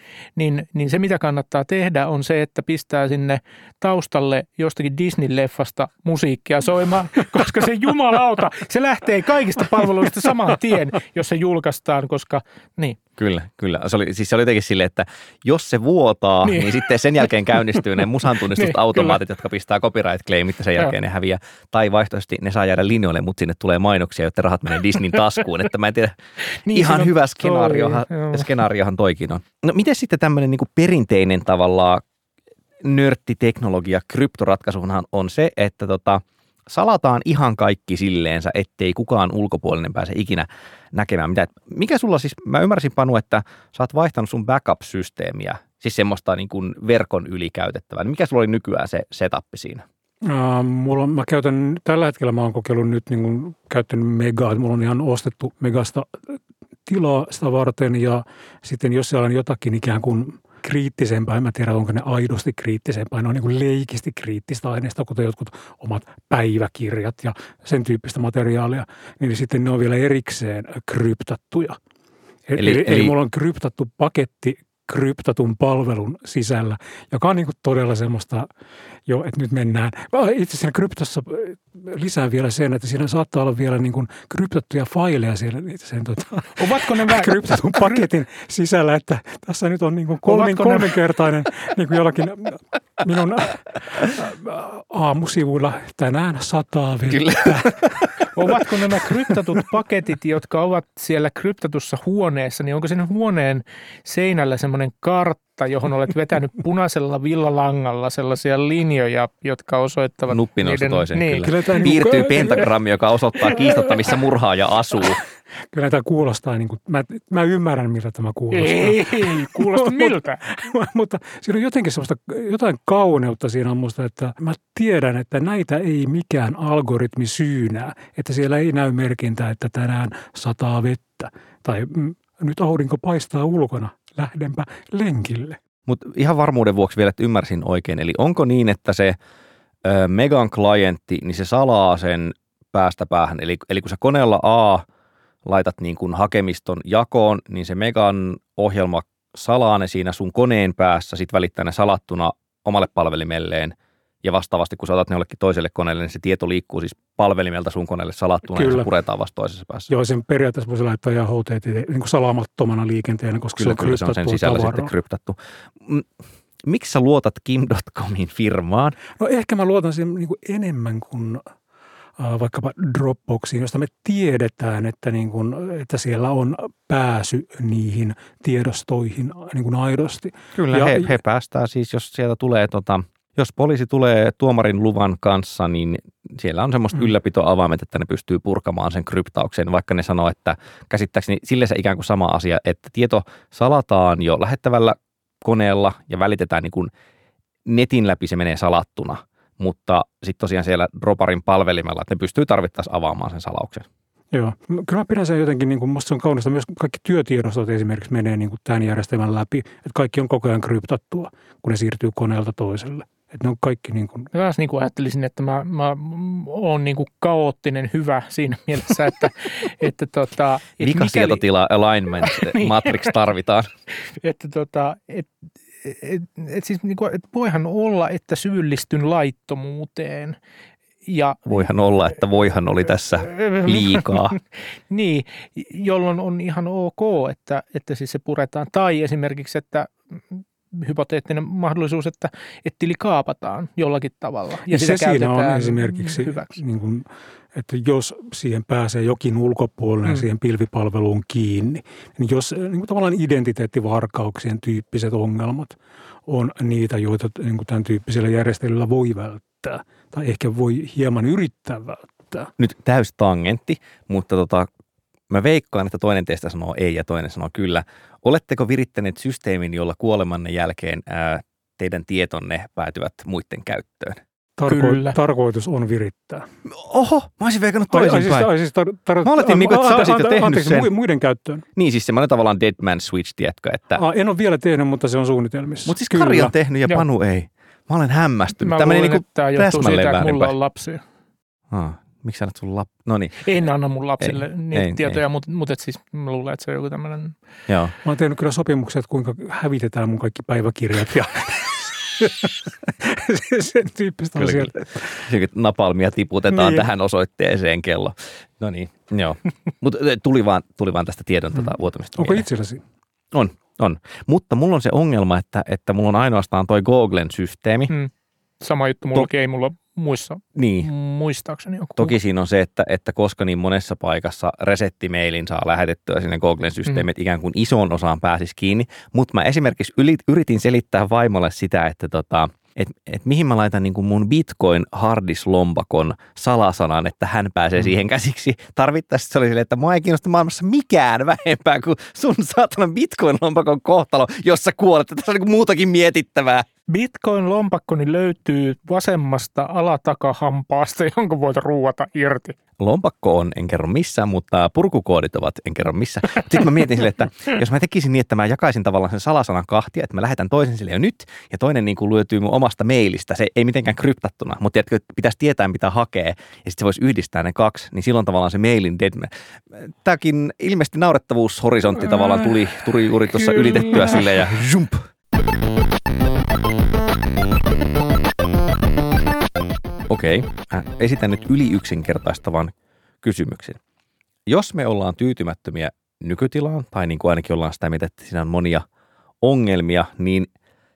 niin, niin se mitä kannattaa tehdä on se, että pistää sinne taustalle jostakin Disney-leffasta musiikkia soimaan, koska se jumalauta, se lähtee kaikista palveluista saman tien, jos se julkaistaan, koska niin. Kyllä, kyllä. Se oli, siis se oli jotenkin silleen, että jos se vuotaa, niin, niin sitten sen jälkeen käynnistyy ne musantunnistusautomaatit, niin, jotka pistää copyright-claimit ja sen jälkeen ne häviää. Tai vaihtoehtoisesti ne saa jäädä linjoille, mutta sinne tulee mainoksia, jotta rahat menee Disneyn taskuun. Että mä en tiedä, niin, ihan hyvä on, skenaariohan, toi, skenaariohan toikin on. No miten sitten tämmöinen niin kuin perinteinen tavallaan nörttiteknologia, kryptoratkaisuhan on se, että tota, salataan ihan kaikki silleensä, ettei kukaan ulkopuolinen pääse ikinä näkemään mitä. Mikä sulla siis, mä ymmärsin Panu, että sä oot vaihtanut sun backup-systeemiä, siis semmoista niin kuin verkon yli käytettävää. Mikä sulla oli nykyään se setappi siinä? Uh, mulla, mä käytän, tällä hetkellä mä oon kokeillut nyt niin kuin käyttänyt Megaa, mulla on ihan ostettu Megasta tilaa sitä varten ja sitten jos siellä on jotakin ikään kuin kriittisempää, en mä tiedä onko ne aidosti kriittisempää, ne on niin kuin leikisti kriittistä aineista, kuten jotkut omat päiväkirjat ja sen tyyppistä materiaalia, niin sitten ne on vielä erikseen kryptattuja. Eli, eli, eli, eli mulla on kryptattu paketti kryptatun palvelun sisällä, joka on niin kuin todella semmoista, jo, että nyt mennään. Itse siinä kryptossa lisää vielä sen, että siinä saattaa olla vielä niin kuin kryptattuja faileja siellä sen tota, ovatko ne vä- kryptatun paketin sisällä, että tässä nyt on niin kuin kolmin, kolminkertainen niin kuin jollakin minun aamusivuilla tänään sataa vettä. Ovatko nämä kryptatut paketit, jotka ovat siellä kryptatussa huoneessa, niin onko sen huoneen seinällä semmoinen kartta, johon olet vetänyt punaisella villalangalla sellaisia linjoja, jotka osoittavat nuppinoista toisen, niin. kyllä. kyllä piirtyy pentagrammi, joka osoittaa kiistatta, missä murhaaja asuu. Kyllä tämä kuulostaa, niin kuin, mä, mä ymmärrän miltä tämä kuulostaa. Ei, kuulosta miltä. Mutta siinä on jotenkin semmoista, jotain kauneutta siinä on musta, että mä tiedän, että näitä ei mikään algoritmi syynää, että siellä ei näy merkintää, että tänään sataa vettä tai mm, nyt aurinko paistaa ulkona, lähdenpä lenkille. Mutta ihan varmuuden vuoksi vielä, että ymmärsin oikein, eli onko niin, että se ö, Megan klientti, niin se salaa sen päästä päähän, eli, eli kun sä koneella A laitat niin kuin hakemiston jakoon, niin se Megan ohjelma salaa ne siinä sun koneen päässä, sit välittää ne salattuna omalle palvelimelleen, ja vastaavasti kun sä otat ne jollekin toiselle koneelle, niin se tieto liikkuu siis palvelimelta sun koneelle salattuna, kyllä, ja se puretaan vasta toisessa päässä. Joo, sen periaatteessa voisi laittaa ihan H T T P niin kuin salaamattomana liikenteenä, koska kyllä, se on kyllä, kryptattua se on sen sisällä tavaraa. sitten kryptattu. Miksi sä luotat Kim piste comin firmaan? No ehkä mä luotan siihen niin kuin enemmän kuin vaikkapa Dropboxiin, josta me tiedetään, että, niin kuin, että siellä on pääsy niihin tiedostoihin niin kuin aidosti. Kyllä, ja, he, he päästää siis, jos sieltä tulee, tota, jos poliisi tulee tuomarin luvan kanssa, niin siellä on semmoista mm. ylläpitoavaimet, että ne pystyy purkamaan sen kryptauksen, vaikka ne sanoo, että käsittääkseni sille se ikään kuin sama asia, että tieto salataan jo lähettävällä koneella ja välitetään niin kuin netin läpi, se menee salattuna. Mutta sitten tosiaan siellä Droparin palvelimella, että ne pystyy tarvittaessa avaamaan sen salauksen. Joo. Kyllä mä pidän sen jotenkin, niin kuin, musta se on kaunista, myös kaikki työtiedostot esimerkiksi menee niin kuin tämän järjestelmän läpi, että kaikki on koko ajan kryptattua, kun ne siirtyy koneelta toiselle. Että ne on kaikki niin kuin... Mä niin kuin ajattelisin, että mä, mä oon niin kuin kaoottinen hyvä siinä mielessä, että... että tota, et Vikasietotila mikäli... alignment niin. matrix tarvitaan. että tota... Et, et, et siis niin kuin, et voihan olla, että syyllistyn laittomuuteen. Ja, voihan olla, että voihan oli tässä liikaa. Niin, jolloin on ihan ok, että, että siis se puretaan. Tai esimerkiksi, että hypoteettinen mahdollisuus, että, että tili kaapataan jollakin tavalla. Ja, ja sitä se siinä on esimerkiksi, hyväksi. Niin kuin, että jos siihen pääsee jokin ulkopuolinen mm. siihen pilvipalveluun kiinni, niin jos niin kuin tavallaan identiteettivarkauksien tyyppiset ongelmat on niitä, joita niin kuin tämän tyyppisellä järjestelyllä voi välttää tai ehkä voi hieman yrittää välttää. Nyt täys tangentti, mutta tota, mä veikkaan, että toinen teistä sanoo ei ja toinen sanoo kyllä. Oletteko virittäneet systeemin, jolla kuolemanne jälkeen ää, teidän tietonne päätyvät muiden käyttöön? Tarko- Kyllä. Tarkoitus on virittää. Oho, mä olisin veikannut toisinpäin. Ai, siis tar- tar- mä oletin, Mikko, että sä olisit jo tehnyt anteeksi, sen. muiden käyttöön. Niin, siis semmoinen tavallaan dead man switch, tiedätkö? Että... Ah, en ole vielä tehnyt, mutta se on suunnitelmissa. Mutta siis Kyllä. Kari on tehnyt ja Panu ei. Mä olen hämmästynyt. Mä Tämä luulen, niin että tämä johtuu siitä, että mulla on lapsia. Ah, Miksi sä annat sun lap... No niin. En anna mun lapsille ei, niitä ei, tietoja, ei. mutta mut et siis mä luulen, että se on joku tämmöinen... Joo. Mä oon tehnyt kyllä sopimuksia, että kuinka hävitetään mun kaikki päiväkirjat ja sen tyyppistä asiaa. Napalmia tiputetaan niin. tähän osoitteeseen kello. No niin, joo. Mutta tuli vaan, tuli vaan tästä tiedon mm. tota vuotamista. Onko itselläsi? On, on. Mutta mulla on se ongelma, että, että mulla on ainoastaan toi Googlen systeemi. Hmm. Sama juttu mullakin, to- ei mulla muissa, niin. muistaakseni joku. Toki siinä on se, että, että koska niin monessa paikassa resettimeilin saa lähetettyä sinne Googlen systeemiin, hmm. että ikään kuin isoon osaan pääsisi kiinni. Mutta mä esimerkiksi yritin selittää vaimolle sitä, että tota, et, et mihin mä laitan niin kuin mun Bitcoin-hardislompakon salasanan, että hän pääsee mm. siihen käsiksi. Tarvittaessa se oli silleen, että mua ei kiinnosta maailmassa mikään vähempää kuin sun saatanan Bitcoin-lompakon kohtalo, jossa kuolet. Tässä on niin kuin muutakin mietittävää. Bitcoin-lompakkoni löytyy vasemmasta alatakahampaasta, jonka voit ruuata irti. Lompakko on, en kerro missään, mutta purkukoodit ovat, en kerro missään. Sitten mä mietin sille, että jos mä tekisin niin, että mä jakaisin tavallaan sen salasanan kahtia, että mä lähetän toisen sille jo nyt, ja toinen niin kuin löytyy mun omasta mailista. Se ei mitenkään kryptattuna, mutta tiedätkö, pitäisi tietää, mitä hakee, ja sitten se voisi yhdistää ne kaksi, niin silloin tavallaan se mailin dead. Tämäkin ilmeisesti naurettavuushorisontti tavallaan tuli, tuli juuri tuossa ylitettyä sille ja jump. Okei, okay. Esitän nyt yli yksinkertaistavan kysymyksen. Jos me ollaan tyytymättömiä nykytilaan, tai niin kuin ainakin ollaan sitä mieltä, että siinä on monia ongelmia, niin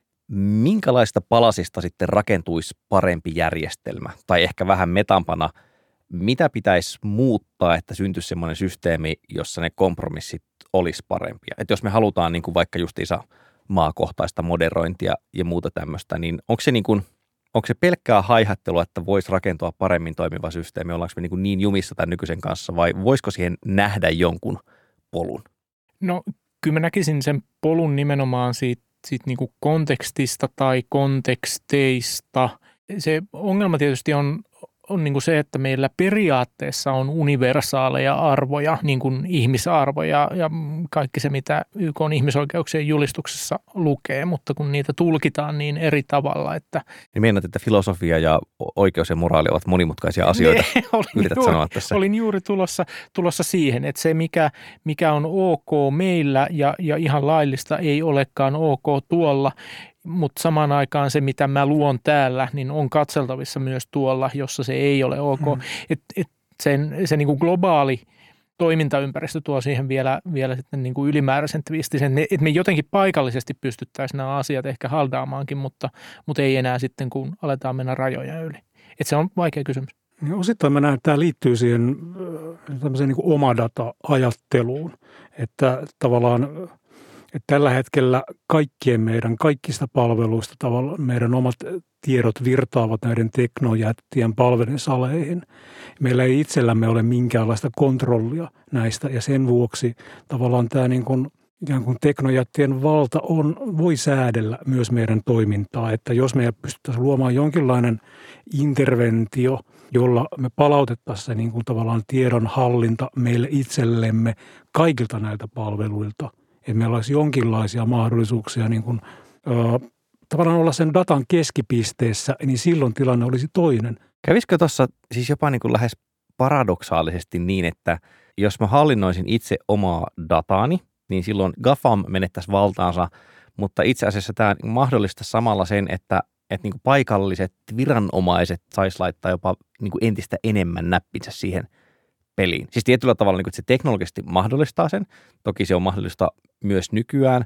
minkälaista palasista sitten rakentuisi parempi järjestelmä? Tai ehkä vähän metampana, mitä pitäisi muuttaa, että syntyisi semmoinen systeemi, jossa ne kompromissit olisi parempia? Että jos me halutaan niin kuin vaikka justiinsa maakohtaista moderointia ja muuta tämmöistä, niin onko se niin kuin Onko se pelkkää haihattelua, että voisi rakentua paremmin toimiva systeemi? Ollaanko me niin, kuin niin jumissa tämän nykyisen kanssa vai voisiko siihen nähdä jonkun polun? No kyllä mä näkisin sen polun nimenomaan siitä, siitä niin kuin kontekstista tai konteksteista. Se ongelma tietysti on, on niin kuin se, että meillä periaatteessa on universaaleja arvoja, niin kuin ihmisarvoja ja kaikki se, mitä Y K:n ihmisoikeuksien julistuksessa lukee, mutta kun niitä tulkitaan niin eri tavalla, että... Niin meinaat, että filosofia ja oikeus ja moraali ovat monimutkaisia asioita, ne, yrität juuri, sanoa tässä. Olin juuri tulossa, tulossa siihen, että se mikä, mikä on ok meillä ja, ja ihan laillista ei olekaan ok tuolla, mutta samaan aikaan se, mitä mä luon täällä, niin on katseltavissa myös tuolla, jossa se ei ole ok. Mm. Et, et sen, se niin kuin globaali toimintaympäristö tuo siihen vielä, vielä sitten niin kuin ylimääräisen twistin, että me jotenkin paikallisesti pystyttäisiin nämä asiat ehkä haldaamaankin, mutta, mutta ei enää sitten, kun aletaan mennä rajoja yli. Et se on vaikea kysymys. Ja osittain mä näen, että tämä liittyy siihen tämmöiseen niin kuin omadata-ajatteluun, että tavallaan että tällä hetkellä kaikkien meidän, kaikista palveluista tavallaan meidän omat tiedot virtaavat näiden teknojättien palvelinsaleihin. Meillä ei itsellämme ole minkäänlaista kontrollia näistä ja sen vuoksi tavallaan tämä niin kuin, ikään kuin teknojättien valta on, voi säädellä myös meidän toimintaa. Että jos me pystyttäisiin luomaan jonkinlainen interventio, jolla me palautettaisiin se niin kuin tavallaan tiedon hallinta meille itsellemme kaikilta näiltä palveluilta, että meillä olisi jonkinlaisia mahdollisuuksia niin kuin, äh, tavallaan olla sen datan keskipisteessä, niin silloin tilanne olisi toinen. Kävisikö tuossa siis jopa niin kuin lähes paradoksaalisesti niin, että jos mä hallinnoisin itse omaa dataani, niin silloin GAFAM menettäisi valtaansa, mutta itse asiassa tämä mahdollistaa samalla sen, että, että niin kuin paikalliset viranomaiset saisi laittaa jopa niin kuin entistä enemmän näppinsä siihen peliin. Siis tietyllä tavalla, niin kuin, että se teknologisesti mahdollistaa sen. Toki se on mahdollista myös nykyään.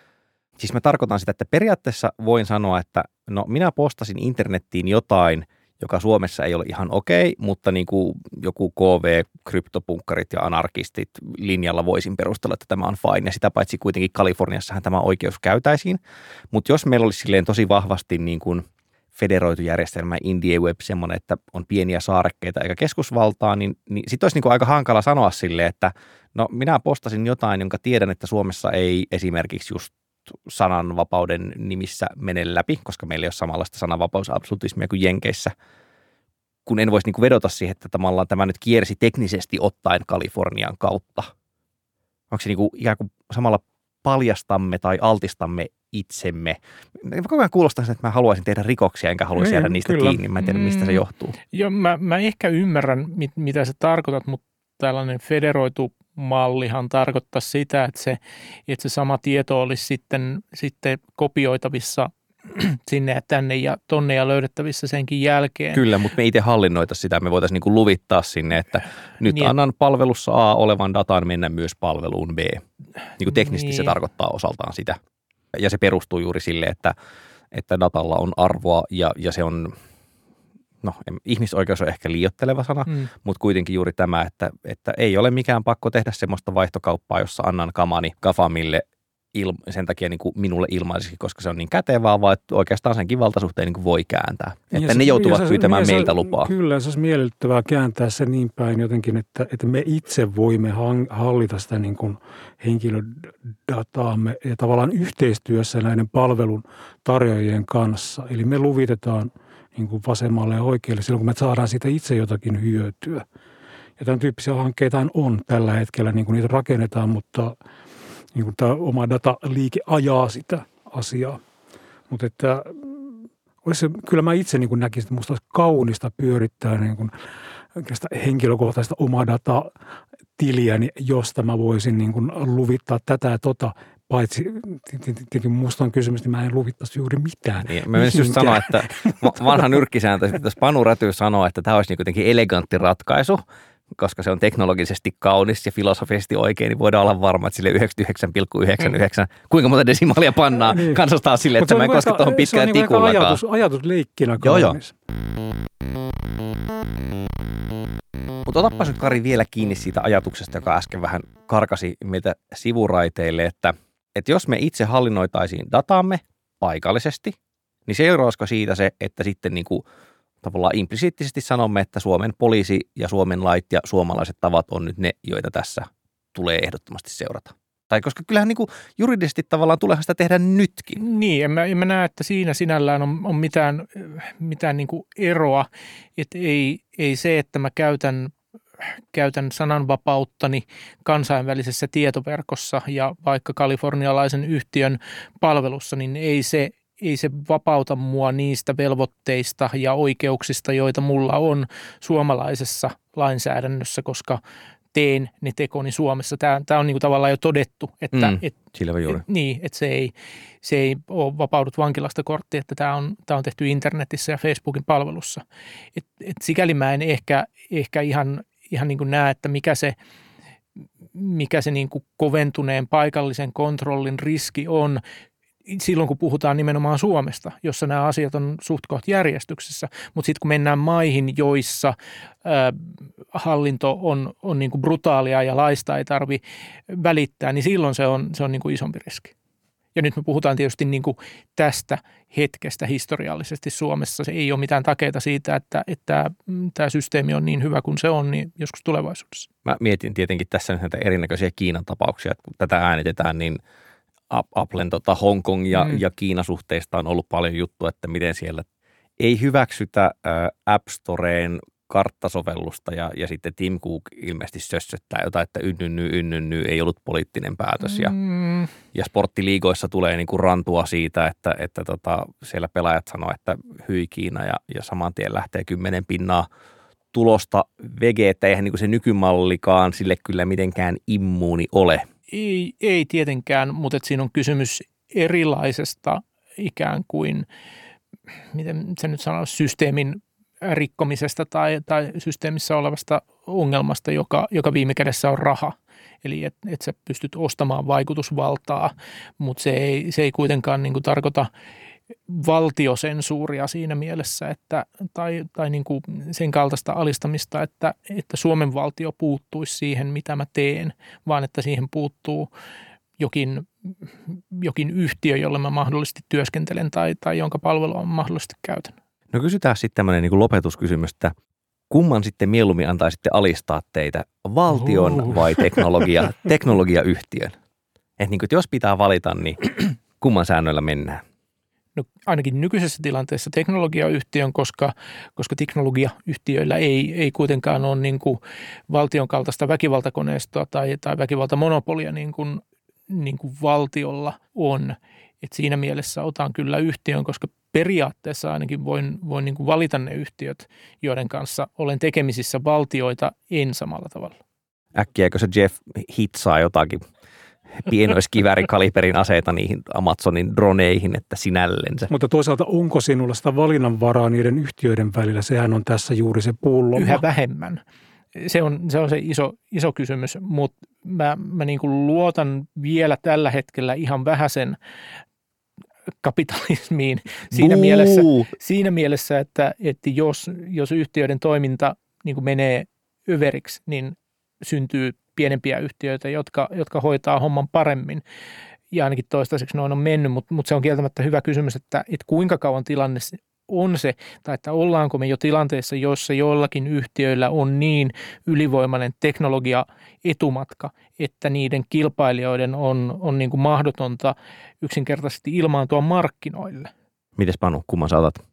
Siis mä tarkoitan sitä, että periaatteessa voin sanoa, että no minä postasin internettiin jotain, joka Suomessa ei ole ihan okei, mutta niin kuin joku K V, kryptopunkkarit ja anarkistit linjalla voisin perustella, että tämä on fine. Ja sitä paitsi kuitenkin Kaliforniassahan tämä oikeus käytäisiin. Mutta jos meillä olisi silleen tosi vahvasti niin kuin federoitu järjestelmä, Indie Web, semmoinen, että on pieniä saarekkeita eikä keskusvaltaa, niin, niin sitten olisi niin kuin aika hankala sanoa silleen, että no minä postasin jotain, jonka tiedän, että Suomessa ei esimerkiksi just sananvapauden nimissä mene läpi, koska meillä ei ole samanlaista sananvapausabsolutismia kuin Jenkeissä, kun en voisi niin kuin vedota siihen, että tavallaan tämä nyt kiersi teknisesti ottaen Kalifornian kautta. Onko se niin kuin ikään kuin samalla paljastamme tai altistamme itsemme. Koko ajan kuulostaa sen, että mä haluaisin tehdä rikoksia, enkä haluaisi jäädä niistä kyllä. kiinni. Mä en tiedä, mistä se johtuu. Mm, joo, mä, mä ehkä ymmärrän, mit, mitä sä tarkoitat, mutta tällainen federoitu mallihan tarkoittaa sitä, että se, että se sama tieto olisi sitten, sitten kopioitavissa sinne ja tänne ja tonne ja löydettävissä senkin jälkeen. Kyllä, mutta me itse hallinnoita sitä. Me voitaisiin niinku luvittaa sinne, että nyt niin, annan palvelussa A olevan datan mennä myös palveluun B. Niin kuin teknisesti niin. Se tarkoittaa osaltaan sitä. Ja se perustuu juuri sille, että, että datalla on arvoa ja, ja se on, no ihmisoikeus on ehkä liioitteleva sana, mm. mutta kuitenkin juuri tämä, että, että ei ole mikään pakko tehdä semmoista vaihtokauppaa, jossa annan kamani Gafamille il, sen takia niin kuin minulle ilmaisesti, koska se on niin kätevää, vaan että oikeastaan senkin valtasuhteen niin kuin voi kääntää. Että ja ne se, joutuvat pyytämään se, meiltä lupaa. Kyllä, se olisi miellyttävää kääntää se niin päin jotenkin, että, että me itse voimme hallita sitä niin kuin henkilödataamme ja tavallaan yhteistyössä näiden palvelun tarjoajien kanssa. Eli me luvitetaan niin kuin vasemmalle ja oikealle silloin, kun me saadaan siitä itse jotakin hyötyä. Ja tämän tyyppisiä hankkeita on tällä hetkellä, niin kuin niitä rakennetaan, mutta niin kuin tämä oma dataliike ajaa sitä asiaa. Mutta että olisi, kyllä mä itse niin kuin näkisin, että musta olisi kaunista pyörittää niin kuin henkilökohtaista omaa datatiliäni, josta mä voisin niin kuin luvittaa tätä ja tota. Paitsi tietenkin musta on kysymys, niin mä en luvittaisi juuri mitään. Niin, mä menisin just sanoa, että vanha nyrkkisääntö, että jos Panu Räty sanoo, että tämä olisi jotenkin elegantti ratkaisu, koska se on teknologisesti kaunis ja filosofisesti oikein, niin voidaan olla varma, että sille yhdeksänkymmentäyhdeksän pilkku yhdeksänkymmentäyhdeksän, kuinka monta desimaalia pannaan, niin. Kansastaa sille, että mä en koske tuohon pitkään niin tikullakaan. Ajatus, ajatusleikkinä kaunis. Mutta otapas nyt Kari vielä kiinni siitä ajatuksesta, joka äsken vähän karkasi meitä sivuraiteille, että, että jos me itse hallinnoitaisiin dataamme paikallisesti, niin seurausiko siitä se, että sitten niin kuin tavallaan implisiittisesti sanomme, että Suomen poliisi ja Suomen lait ja suomalaiset tavat on nyt ne, joita tässä tulee ehdottomasti seurata. Tai koska kyllähän niin kuin juridisesti tavallaan tuleehan sitä tehdä nytkin. Niin, en mä, en mä näe, että siinä sinällään on, on mitään, mitään niin kuin eroa. Että ei, ei se, että mä käytän, käytän sananvapauttani kansainvälisessä tietoverkossa ja vaikka kalifornialaisen yhtiön palvelussa, niin ei se ei se vapauta mua niistä velvoitteista ja oikeuksista, joita mulla on suomalaisessa lainsäädännössä, koska teen ne tekoni Suomessa. Tämä, tämä on niin kuin tavallaan jo todettu, että, mm, et, juuri. Et, niin, että se ei, se ei ole vapaudut vankilasta kortti, että tämä on, tämä on tehty internetissä ja Facebookin palvelussa. Et, et sikäli mä en ehkä, ehkä ihan, ihan niin kuin näe, että mikä se, mikä se niin kuin koventuneen paikallisen kontrollin riski on, silloin kun puhutaan nimenomaan Suomesta, jossa nämä asiat on suht koht järjestyksessä, mutta sitten kun mennään maihin, joissa äh, hallinto on, on niin kuin brutaalia ja laista ei tarvitse välittää, niin silloin se on, se on niin kuin isompi riski. Ja nyt me puhutaan tietysti niin kuin tästä hetkestä historiallisesti Suomessa. Se ei ole mitään takeita siitä, että, että tämä systeemi on niin hyvä kuin se on niin joskus tulevaisuudessa. Mä mietin tietenkin tässä näitä erinäköisiä Kiinan tapauksia, että kun tätä äänitetään, niin Applen tota Hongkong ja, mm. ja Kiina-suhteista on ollut paljon juttua, että miten siellä ei hyväksytä ä, App Storeen karttasovellusta ja, ja sitten Tim Cook ilmeisesti sössöttää jotain, että ynnynny, ynnynny, ei ollut poliittinen päätös. Ja, mm. ja sporttiliigoissa tulee niinku rantua siitä, että, että tota, siellä pelaajat sanoo, että hyi Kiina ja, ja saman tien lähtee kymmenen pinnaa tulosta vege, että eihän niinku se nykymallikaan sille kyllä mitenkään immuuni ole. Ei, ei tietenkään, mutta siinä on kysymys erilaisesta ikään kuin, miten se nyt sanoo, systeemin rikkomisesta tai, tai systeemissä olevasta ongelmasta, joka, joka viime kädessä on raha. Eli että et sä pystyt ostamaan vaikutusvaltaa, mutta se ei, se ei kuitenkaan niin kuin tarkoita valtiosensuuria siinä mielessä, että, tai, tai niin kuin sen kaltaista alistamista, että, että Suomen valtio puuttuisi siihen, mitä mä teen, vaan että siihen puuttuu jokin, jokin yhtiö, jolle mä mahdollisesti työskentelen tai, tai jonka palvelua mä mahdollisesti käytän. No kysytään sitten tämmöinen niin kuin lopetuskysymys, että kumman sitten mieluummin antaisitte alistaa teitä, valtion uh. vai teknologia, teknologiayhtiön? Että niin kuin, jos pitää valita, niin kumman säännöillä mennään? No, ainakin nykyisessä tilanteessa teknologiayhtiön, koska, koska teknologiayhtiöillä ei, ei kuitenkaan ole niin kuin valtion kaltaista väkivaltakoneistoa tai, tai väkivaltamonopolia niin kuin niin kuin valtiolla on. Et siinä mielessä otan kyllä yhtiön, koska periaatteessa ainakin voin, voin niin kuin valita ne yhtiöt, joiden kanssa olen tekemisissä, valtioita en samalla tavalla. Äkkiäkö se Jeff hitsaa jotakin pienoiskiväärikaliberin aseita niihin Amazonin droneihin, että sinällensä. Mutta toisaalta onko sinulla sitä valinnanvaraa niiden yhtiöiden välillä? Sehän on tässä juuri se pulloma. Yhä vähemmän. Se on se, on se iso, iso kysymys, mutta mä, mä niin kuin luotan vielä tällä hetkellä ihan vähäsen kapitalismiin siinä mielessä, siinä mielessä, että, että jos, jos yhtiöiden toiminta niin kuin menee överiksi, niin syntyy pienempiä yhtiöitä, jotka, jotka hoitaa homman paremmin. Ja ainakin toistaiseksi noin on mennyt, mutta, mutta se on kieltämättä hyvä kysymys, että, että kuinka kauan tilanne on se, tai että ollaanko me jo tilanteessa, jossa joillakin yhtiöillä on niin ylivoimainen teknologia etumatka, että niiden kilpailijoiden on, on niin kuin mahdotonta yksinkertaisesti ilmaantua markkinoille. Mites Panu, kumman sä otat?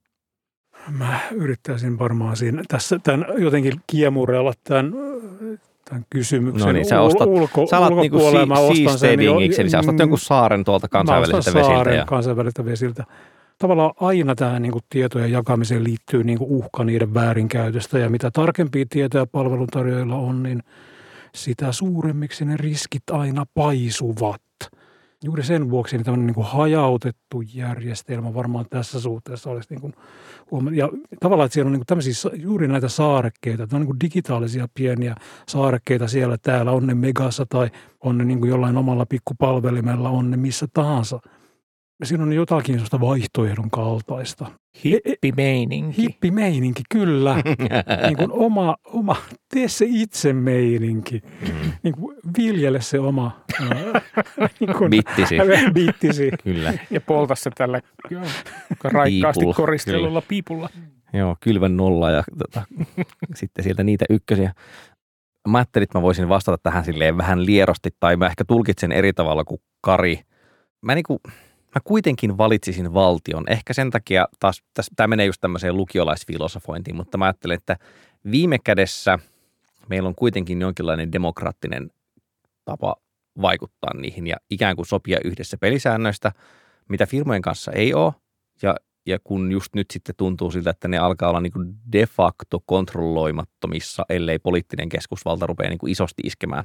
Mä yrittäisin varmaan siinä tässä tämän jotenkin kiemurella tämän tämän kysymyksen no niin, sä ostat, ulko, sä alat niinku seasteadingiksi, eli sä ostat jonkun saaren tuolta kansainväliseltä vesiltä. saaren ja... kansainväliseltä vesiltä. Tavallaan aina tähän niin kuin tietojen jakamiseen liittyy niin kuin uhka niiden väärinkäytöstä, ja mitä tarkempia tietoja palveluntarjoajilla on, niin sitä suuremmiksi ne riskit aina paisuvat. Juuri sen vuoksi niin tämmöinen niin kuin hajautettu järjestelmä varmaan tässä suhteessa olisi niin kuin huomioon. Ja tavallaan, että siellä on niin kuin tämmöisiä juuri näitä saarekkeita, että on niin kuin digitaalisia pieniä saarekkeita siellä, täällä on ne Megassa tai on ne niin kuin jollain omalla pikkupalvelimella, on ne missä tahansa. Ja siinä on jotakin sellaista vaihtoehdon kaltaista. Hippimeininki. Hippimeininki, kyllä. niin kuin oma, oma, tee se itse meininki. Niin kuin viljele se oma niin kuin, bittisi. bittisi. Kyllä. Ja polta se tällä raikkaasti Piipulla, koristellulla kyllä. piipulla. Joo, kylvän nolla ja tota, sitten sieltä niitä ykkösiä. Mä ajattelin, että mä voisin vastata tähän silleen vähän lierosti, tai mä ehkä tulkitsen eri tavalla kuin Kari. Mä niinku... Mä kuitenkin valitsisin valtion. Ehkä sen takia taas, tämä menee just tämmöiseen lukiolaisfilosofointiin, mutta mä ajattelen, että viime kädessä meillä on kuitenkin jonkinlainen demokraattinen tapa vaikuttaa niihin ja ikään kuin sopia yhdessä pelisäännöistä, mitä firmojen kanssa ei ole. Ja, ja kun just nyt sitten tuntuu siltä, että ne alkaa olla niin kuin de facto kontrolloimattomissa, ellei poliittinen keskusvalta rupea niin kuin isosti iskemään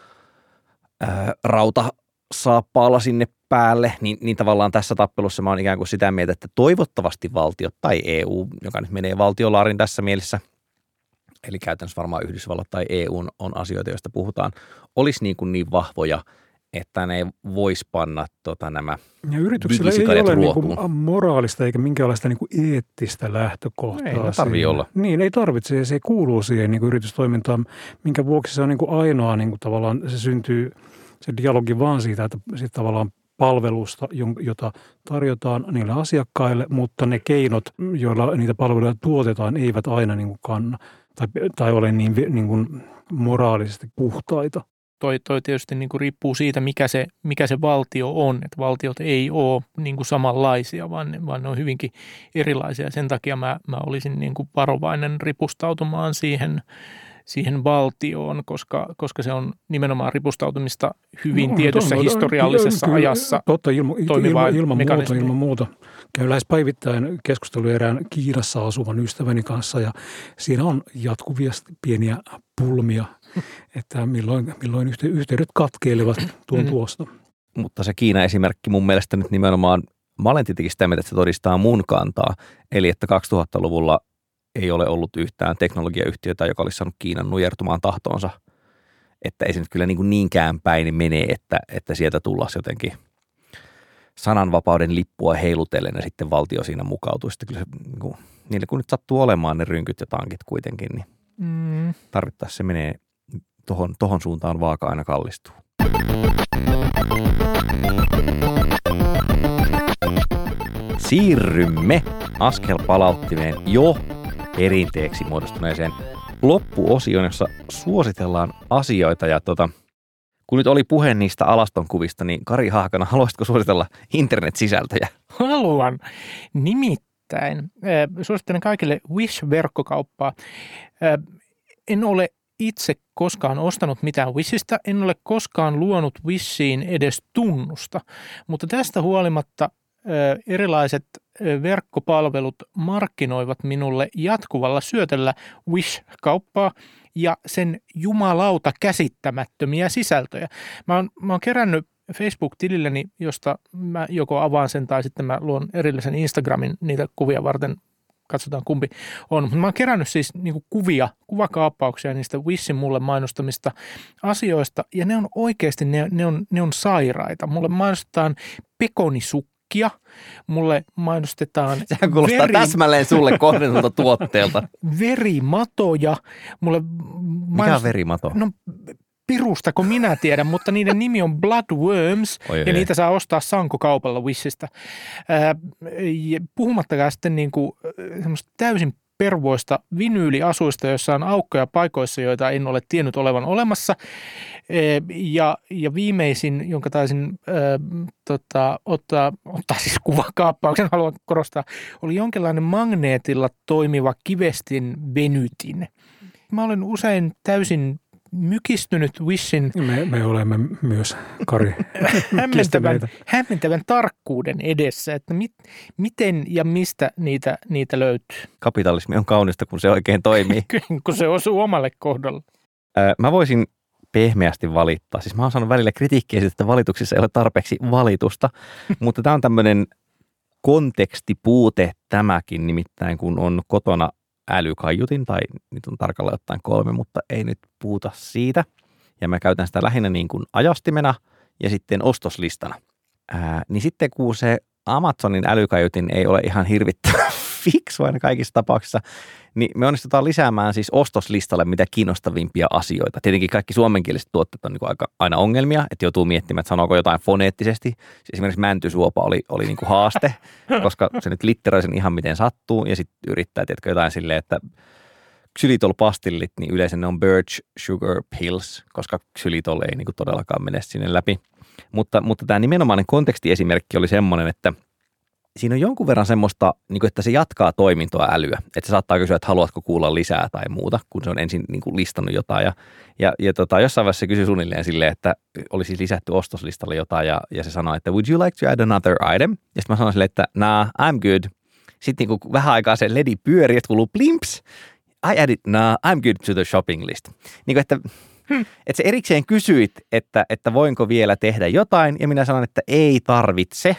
ää, rauta saappaalla sinne päälle, niin, niin tavallaan tässä tappelussa mä oon ikään kuin sitä mieltä, että toivottavasti valtiot tai E U, joka nyt menee valtiolaarin tässä mielessä, eli käytännössä varmaan Yhdysvallat tai E U on asioita, joista puhutaan, olisi niin, kuin niin vahvoja, että ne vois panna tota, nämä ja yrityksillä ei ole niin kuin moraalista eikä minkäänlaista niin kuin eettistä lähtökohtaa. Ei, ne tarvii olla. Niin, ei tarvitse. Se kuuluu siihen niin kuin yritystoimintaan, minkä vuoksi se on niin kuin ainoa niin kuin tavallaan, se syntyy se dialogi vaan siitä, että sit tavallaan palvelusta, jota tarjotaan niille asiakkaille, mutta ne keinot, joilla niitä palveluja tuotetaan, eivät aina niin kuin kanna tai, tai ole niin, niin kuin moraalisesti puhtaita. Toi, toi tietysti niin kuin riippuu siitä, mikä se, mikä se valtio on. Että valtiot ei ole niin kuin samanlaisia, vaan ne, vaan ne on hyvinkin erilaisia. Sen takia mä, mä olisin niin kuin varovainen ripustautumaan siihen siihen valtioon, koska, koska se on nimenomaan ripustautumista hyvin no, tietyssä on, historiallisessa kyllä, ajassa totta, ilma, ilma, ilman, muuta, ilman muuta. Käyn lähes päivittäin keskustelua erään Kiinassa asuvan ystäväni kanssa ja siinä on jatkuvia pieniä pulmia, että milloin, milloin yhteydet katkeilevat tuon tuosta. Mutta se Kiina-esimerkki mun mielestä nyt nimenomaan, mä olen tietenkin sitä mieltä, että se todistaa mun kantaa, eli että kaksituhattaluvulla ei ole ollut yhtään teknologiayhtiötä, joka olisi saanut Kiinan nujertumaan tahtoonsa. Että ei se nyt kyllä niin kuin niinkään päin menee, että, että sieltä tullaan jotenkin sananvapauden lippua heilutellen ja sitten valtio siinä mukautuu. Sitten kyllä se, niin kuin, niille kun nyt sattuu olemaan ne rynkyt ja tankit kuitenkin, niin mm. tarvittaessa se menee tohon, tohon suuntaan vaaka aina kallistuu. Siirrymme askelpalauttimeen jo perinteeksi muodostuneeseen loppuosioon, jossa suositellaan asioita. Ja tota, kun nyt oli puhe niistä alastonkuvista, niin Kari Haakana, haluaisitko suositella internet-sisältöjä? Haluan. Nimittäin äh, suosittelen kaikille Wish-verkkokauppaa. Äh, en ole itse koskaan ostanut mitään Wishistä, en ole koskaan luonut Wishiin edes tunnusta, mutta tästä huolimatta erilaiset verkkopalvelut markkinoivat minulle jatkuvalla syötöllä Wish-kauppaa ja sen jumalauta käsittämättömiä sisältöjä. Mä oon, mä oon kerännyt Facebook-tililleni, josta mä joko avaan sen tai sitten mä luon erillisen Instagramin niitä kuvia varten, katsotaan kumpi on. Mutta mä oon kerännyt siis niinku kuvia, kuvakaappauksia niistä Wishin mulle mainostamista asioista ja ne on oikeasti, ne, ne, on, ne on sairaita. Mulle mainostetaan pekonisukkia. Mulle mainostetaan Sehän kuulostaa veri... täsmälleen sulle kohdennulta tuotteelta. Verimatoja. Mulle mainostet... Mikä on verimato? No pirusta, kun minä tiedän, mutta niiden nimi on Bloodworms Oi, ja ei. Niitä saa ostaa sankokaupalla Wishistä. Äh, puhumattakaan sitten niin kuin, semmoista täysin pervoista vinyyliasuista, joissa on aukkoja paikoissa, joita en ole tiennyt olevan olemassa. Ja, ja viimeisin, jonka taisin äh, tota, ottaa, ottaa siis kuvakaappauksen, haluan korostaa, oli jonkinlainen magneetilla toimiva kivestin venytin. Mä olen usein täysin mykistynyt Wishin. Me, me olemme myös, Kari, hämmentävän, hämmentävän tarkkuuden edessä, että mit, miten ja mistä niitä, niitä löytyy. Kapitalismi on kaunista, kun se oikein toimii. Kun se osuu omalle kohdalle. Mä voisin pehmeästi valittaa. Siis mä oon saanut välillä kritiikkiä siitä, että valituksissa ei ole tarpeeksi valitusta, mutta tämä on tämmöinen kontekstipuute tämäkin, nimittäin kun on kotona älykaiutin, tai nyt on tarkalleen ottaen kolme, mutta ei nyt puhuta siitä. Ja mä käytän sitä lähinnä niin kuin ajastimena ja sitten ostoslistana. Ää, niin sitten kun se Amazonin älykaiutin ei ole ihan hirvittävän fiksu aina kaikissa tapauksissa, niin me onnistutaan lisäämään siis ostoslistalle mitä kiinnostavimpia asioita. Tietenkin kaikki suomenkieliset tuotteet on niin kuin aika, aina ongelmia, että joutuu miettimään, että sanooko jotain foneettisesti. Esimerkiksi mäntysuopa oli, oli niin kuin haaste, koska se nyt litteroi sen ihan miten sattuu ja sitten yrittää tietkö jotain silleen, että xylitol-pastillit, niin yleensä ne on birch sugar pills, koska xylitol ei niin kuin todellakaan mene sinne läpi. Mutta, mutta tämä nimenomainen kontekstiesimerkki oli semmoinen, että siinä on jonkun verran semmoista, että se jatkaa toimintoa älyä. Että se saattaa kysyä, että haluatko kuulla lisää tai muuta, kun se on ensin niin kuin listannut jotain. Ja, ja, ja tota, jossain vaiheessa se kysyi suunnilleen silleen, että olisi lisätty ostoslistalle jotain. Ja, ja se sanoi, että would you like to add another item? Ja sitten mä sanoin silleen, että nah, I'm good. Sitten niin kuin vähän aikaa se ledi pyöri, että kuuluu plimps. I added, nah, I'm good to the shopping list. Niin kuin, että... Hmm. Että se erikseen kysyit, että, että voinko vielä tehdä jotain, ja minä sanon, että ei tarvitse.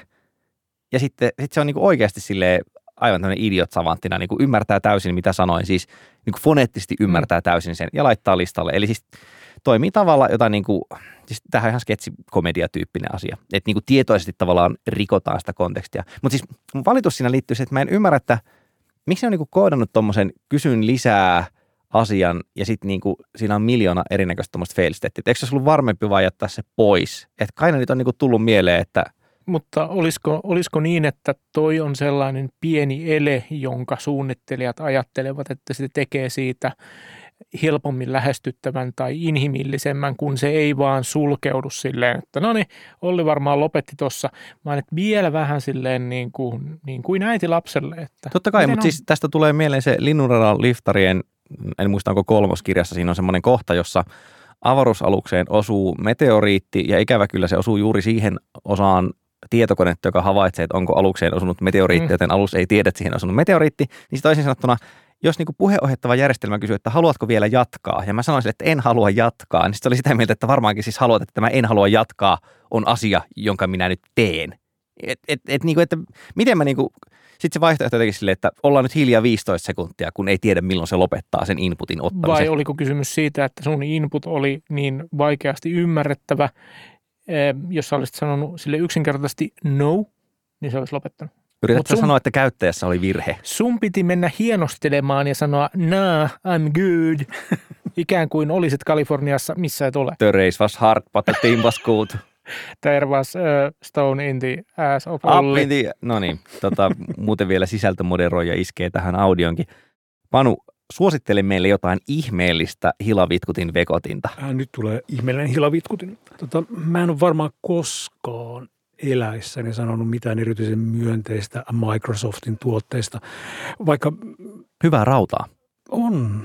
Ja sitten sit se on niinku oikeasti silleen aivan tämmöinen idiot-savanttina, niinku ymmärtää täysin, mitä sanoin, siis niinku foneettisesti ymmärtää täysin sen ja laittaa listalle. Eli siis toimii tavalla, jota niinku, siis tämähän on ihan sketsikomediatyyppinen asia, että niinku tietoisesti tavallaan rikotaan sitä kontekstia. Mutta siis valitus siinä liittyy se, että mä en ymmärrä, että miksi ne on niinku koodannut tommosen kysyn lisää asian ja sitten niinku siinä on miljoona erinäköistä tommoista fail-stettiä. Eikö se olisi ollut varmempi vaan jättää se pois? Että kai ne nyt on niinku tullut mieleen, että mutta olisiko, olisiko niin, että toi on sellainen pieni ele, jonka suunnittelijat ajattelevat, että se tekee siitä helpommin lähestyttävän tai inhimillisemmän, kun se ei vaan sulkeudu silleen, että no niin, Olli varmaan lopetti tuossa, vaan että vielä vähän silleen niin kuin, niin kuin äiti lapselle. Että totta kai, mutta on? Siis tästä tulee mieleen se Linnunradan liftarien, en muista onko kolmoskirjassa, siinä on semmoinen kohta, jossa avaruusalukseen osuu meteoriitti ja ikävä kyllä se osuu juuri siihen osaan tietokonetta, joka havaitsee, että onko alukseen osunut meteoriitti, joten alus ei tiedä, että siihen on osunut meteoriitti, niin toisin sanottuna, jos niinku puheenohjattava järjestelmä kysyy, että haluatko vielä jatkaa, ja mä sanoisin, että en halua jatkaa, niin sitten oli sitä mieltä, että varmaankin siis haluat, että tämä en halua jatkaa on asia, jonka minä nyt teen. Et, et, et niinku, että miten mä niinku, sitten se vaihtoehto jotenkin silleen, että ollaan nyt hiljaa viisitoista sekuntia, kun ei tiedä, milloin se lopettaa sen inputin ottamisen. Vai oliko kysymys siitä, että sun input oli niin vaikeasti ymmärrettävä, jos sä olisit sanonut sille yksinkertaisesti no, niin se olisi lopettanut. Yritätkö sun... sanoa, että käyttäjässä oli virhe? Sun piti mennä hienostelemaan ja sanoa, nah, I'm good. Ikään kuin olisit Kaliforniassa, missä et ole. The race was hard, but the team was good. There was uh, stone in the ass of Olli. The... No niin, tota, muuten vielä sisältömoderoija iskee tähän audionkin. Panu, suosittele meille jotain ihmeellistä hilavitkutin vekotinta. Äh, nyt tulee ihmeellinen hilavitkutin. Tota, mä en ole varmaan koskaan eläissäni sanonut mitään erityisen myönteistä Microsoftin tuotteista, vaikka... Hyvää rautaa. On,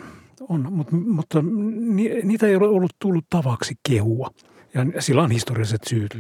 On, mutta, mutta niitä ei ole ollut tullut tavaksi kehua. Ja sillä on historialliset syyt.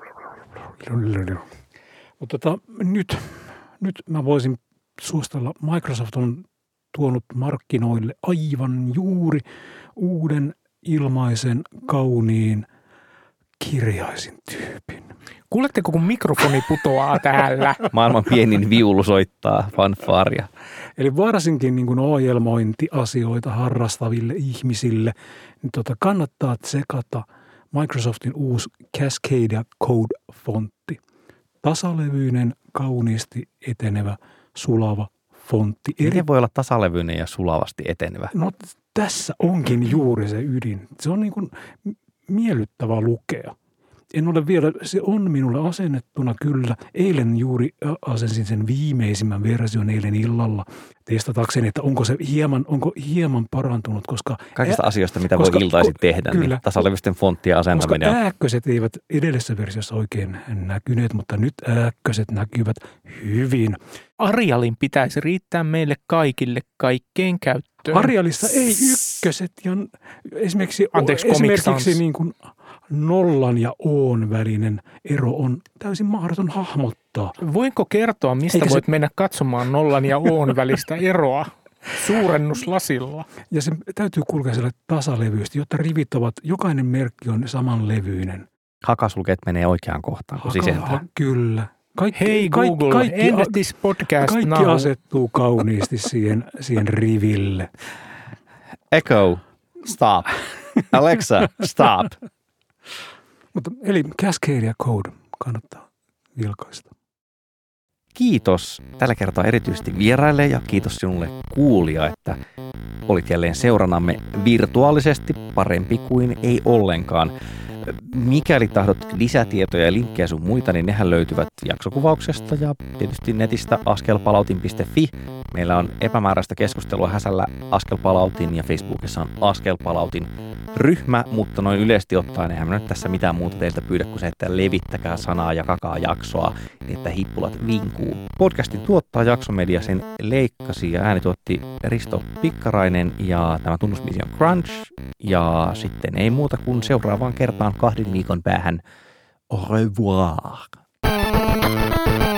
Mutta tota, nyt, nyt mä voisin suostella. Microsoft on tuonut markkinoille aivan juuri uuden ilmaisen kauniin kirjaisin tyypin. Kuuletteko, kun mikrofoni putoaa täällä? Maailman pienin viulu soittaa fanfaaria. Eli varsinkin niin kuin ohjelmointiasioita harrastaville ihmisille niin tota kannattaa tsekata Microsoftin uusi Cascadia Code-fontti. Tasalevyinen, kauniisti etenevä, sulava fontti. Eri... Miten voi olla tasalevyinen ja sulavasti etenevä? No tässä onkin juuri se ydin. Se on niin kuin miellyttävä lukea. En ole vielä, se on minulle asennettuna kyllä. Eilen juuri asensin sen viimeisimmän version eilen illalla testatakseni, että onko se hieman, onko hieman parantunut, koska... Kaikista ä, asioista, mitä koska, voi iltaisin ko, tehdä, kyllä, niin tasalevysten fonttien asentaminen. Koska ääkköset eivät edellisessä versiossa oikein näkyneet, mutta nyt ääkköset näkyvät hyvin. Arialin pitäisi riittää meille kaikille kaikkeen käyttöön. Arialissa ei ykköset ja esimerkiksi, Anteeksi, esimerkiksi niin kuin nollan ja oon välinen ero on täysin mahdoton hahmottaa. Voinko kertoa, mistä Eikä voit se... mennä katsomaan nollan ja oon välistä eroa? Suurennuslasilla. Ja se täytyy kulkea siellä tasalevyistä, jotta rivit ovat, jokainen merkki on samanlevyinen. Hakaslukeet menee oikeaan kohtaan, kun sisältää. Kyllä. Kaikki, Hei Google, kaikki, end this podcast kaikki now. asettuu kauniisti siihen, siihen riville. Echo, stop. Alexa, stop. Mutta eli Cascadia Code kannattaa vilkaista. Kiitos tällä kertaa erityisesti vieraille ja kiitos sinulle kuulija, että olit jälleen seuranamme virtuaalisesti, parempi kuin ei ollenkaan. Mikäli tahdot lisätietoja ja linkkejä sun muita, niin nehän löytyvät jaksokuvauksesta ja tietysti netistä askelpalautin piste fi. Meillä on epämääräistä keskustelua Häsällä Askelpalautin ja Facebookissa on Askelpalautin ryhmä, mutta noin yleisesti ottaen eihän mä nyt tässä mitään muuta teiltä pyydä kuin se, että levittäkää sanaa ja kakaa jaksoa, niin että hippulat vinkuu. Podcastin tuottaa Jaksomedia, sen leikkasi ja ääni tuotti Risto Pikkarainen ja tämä tunnusbiisi on Crunch. Ja sitten ei muuta kuin seuraavaan kertaan kahden viikon päähän. Au revoir.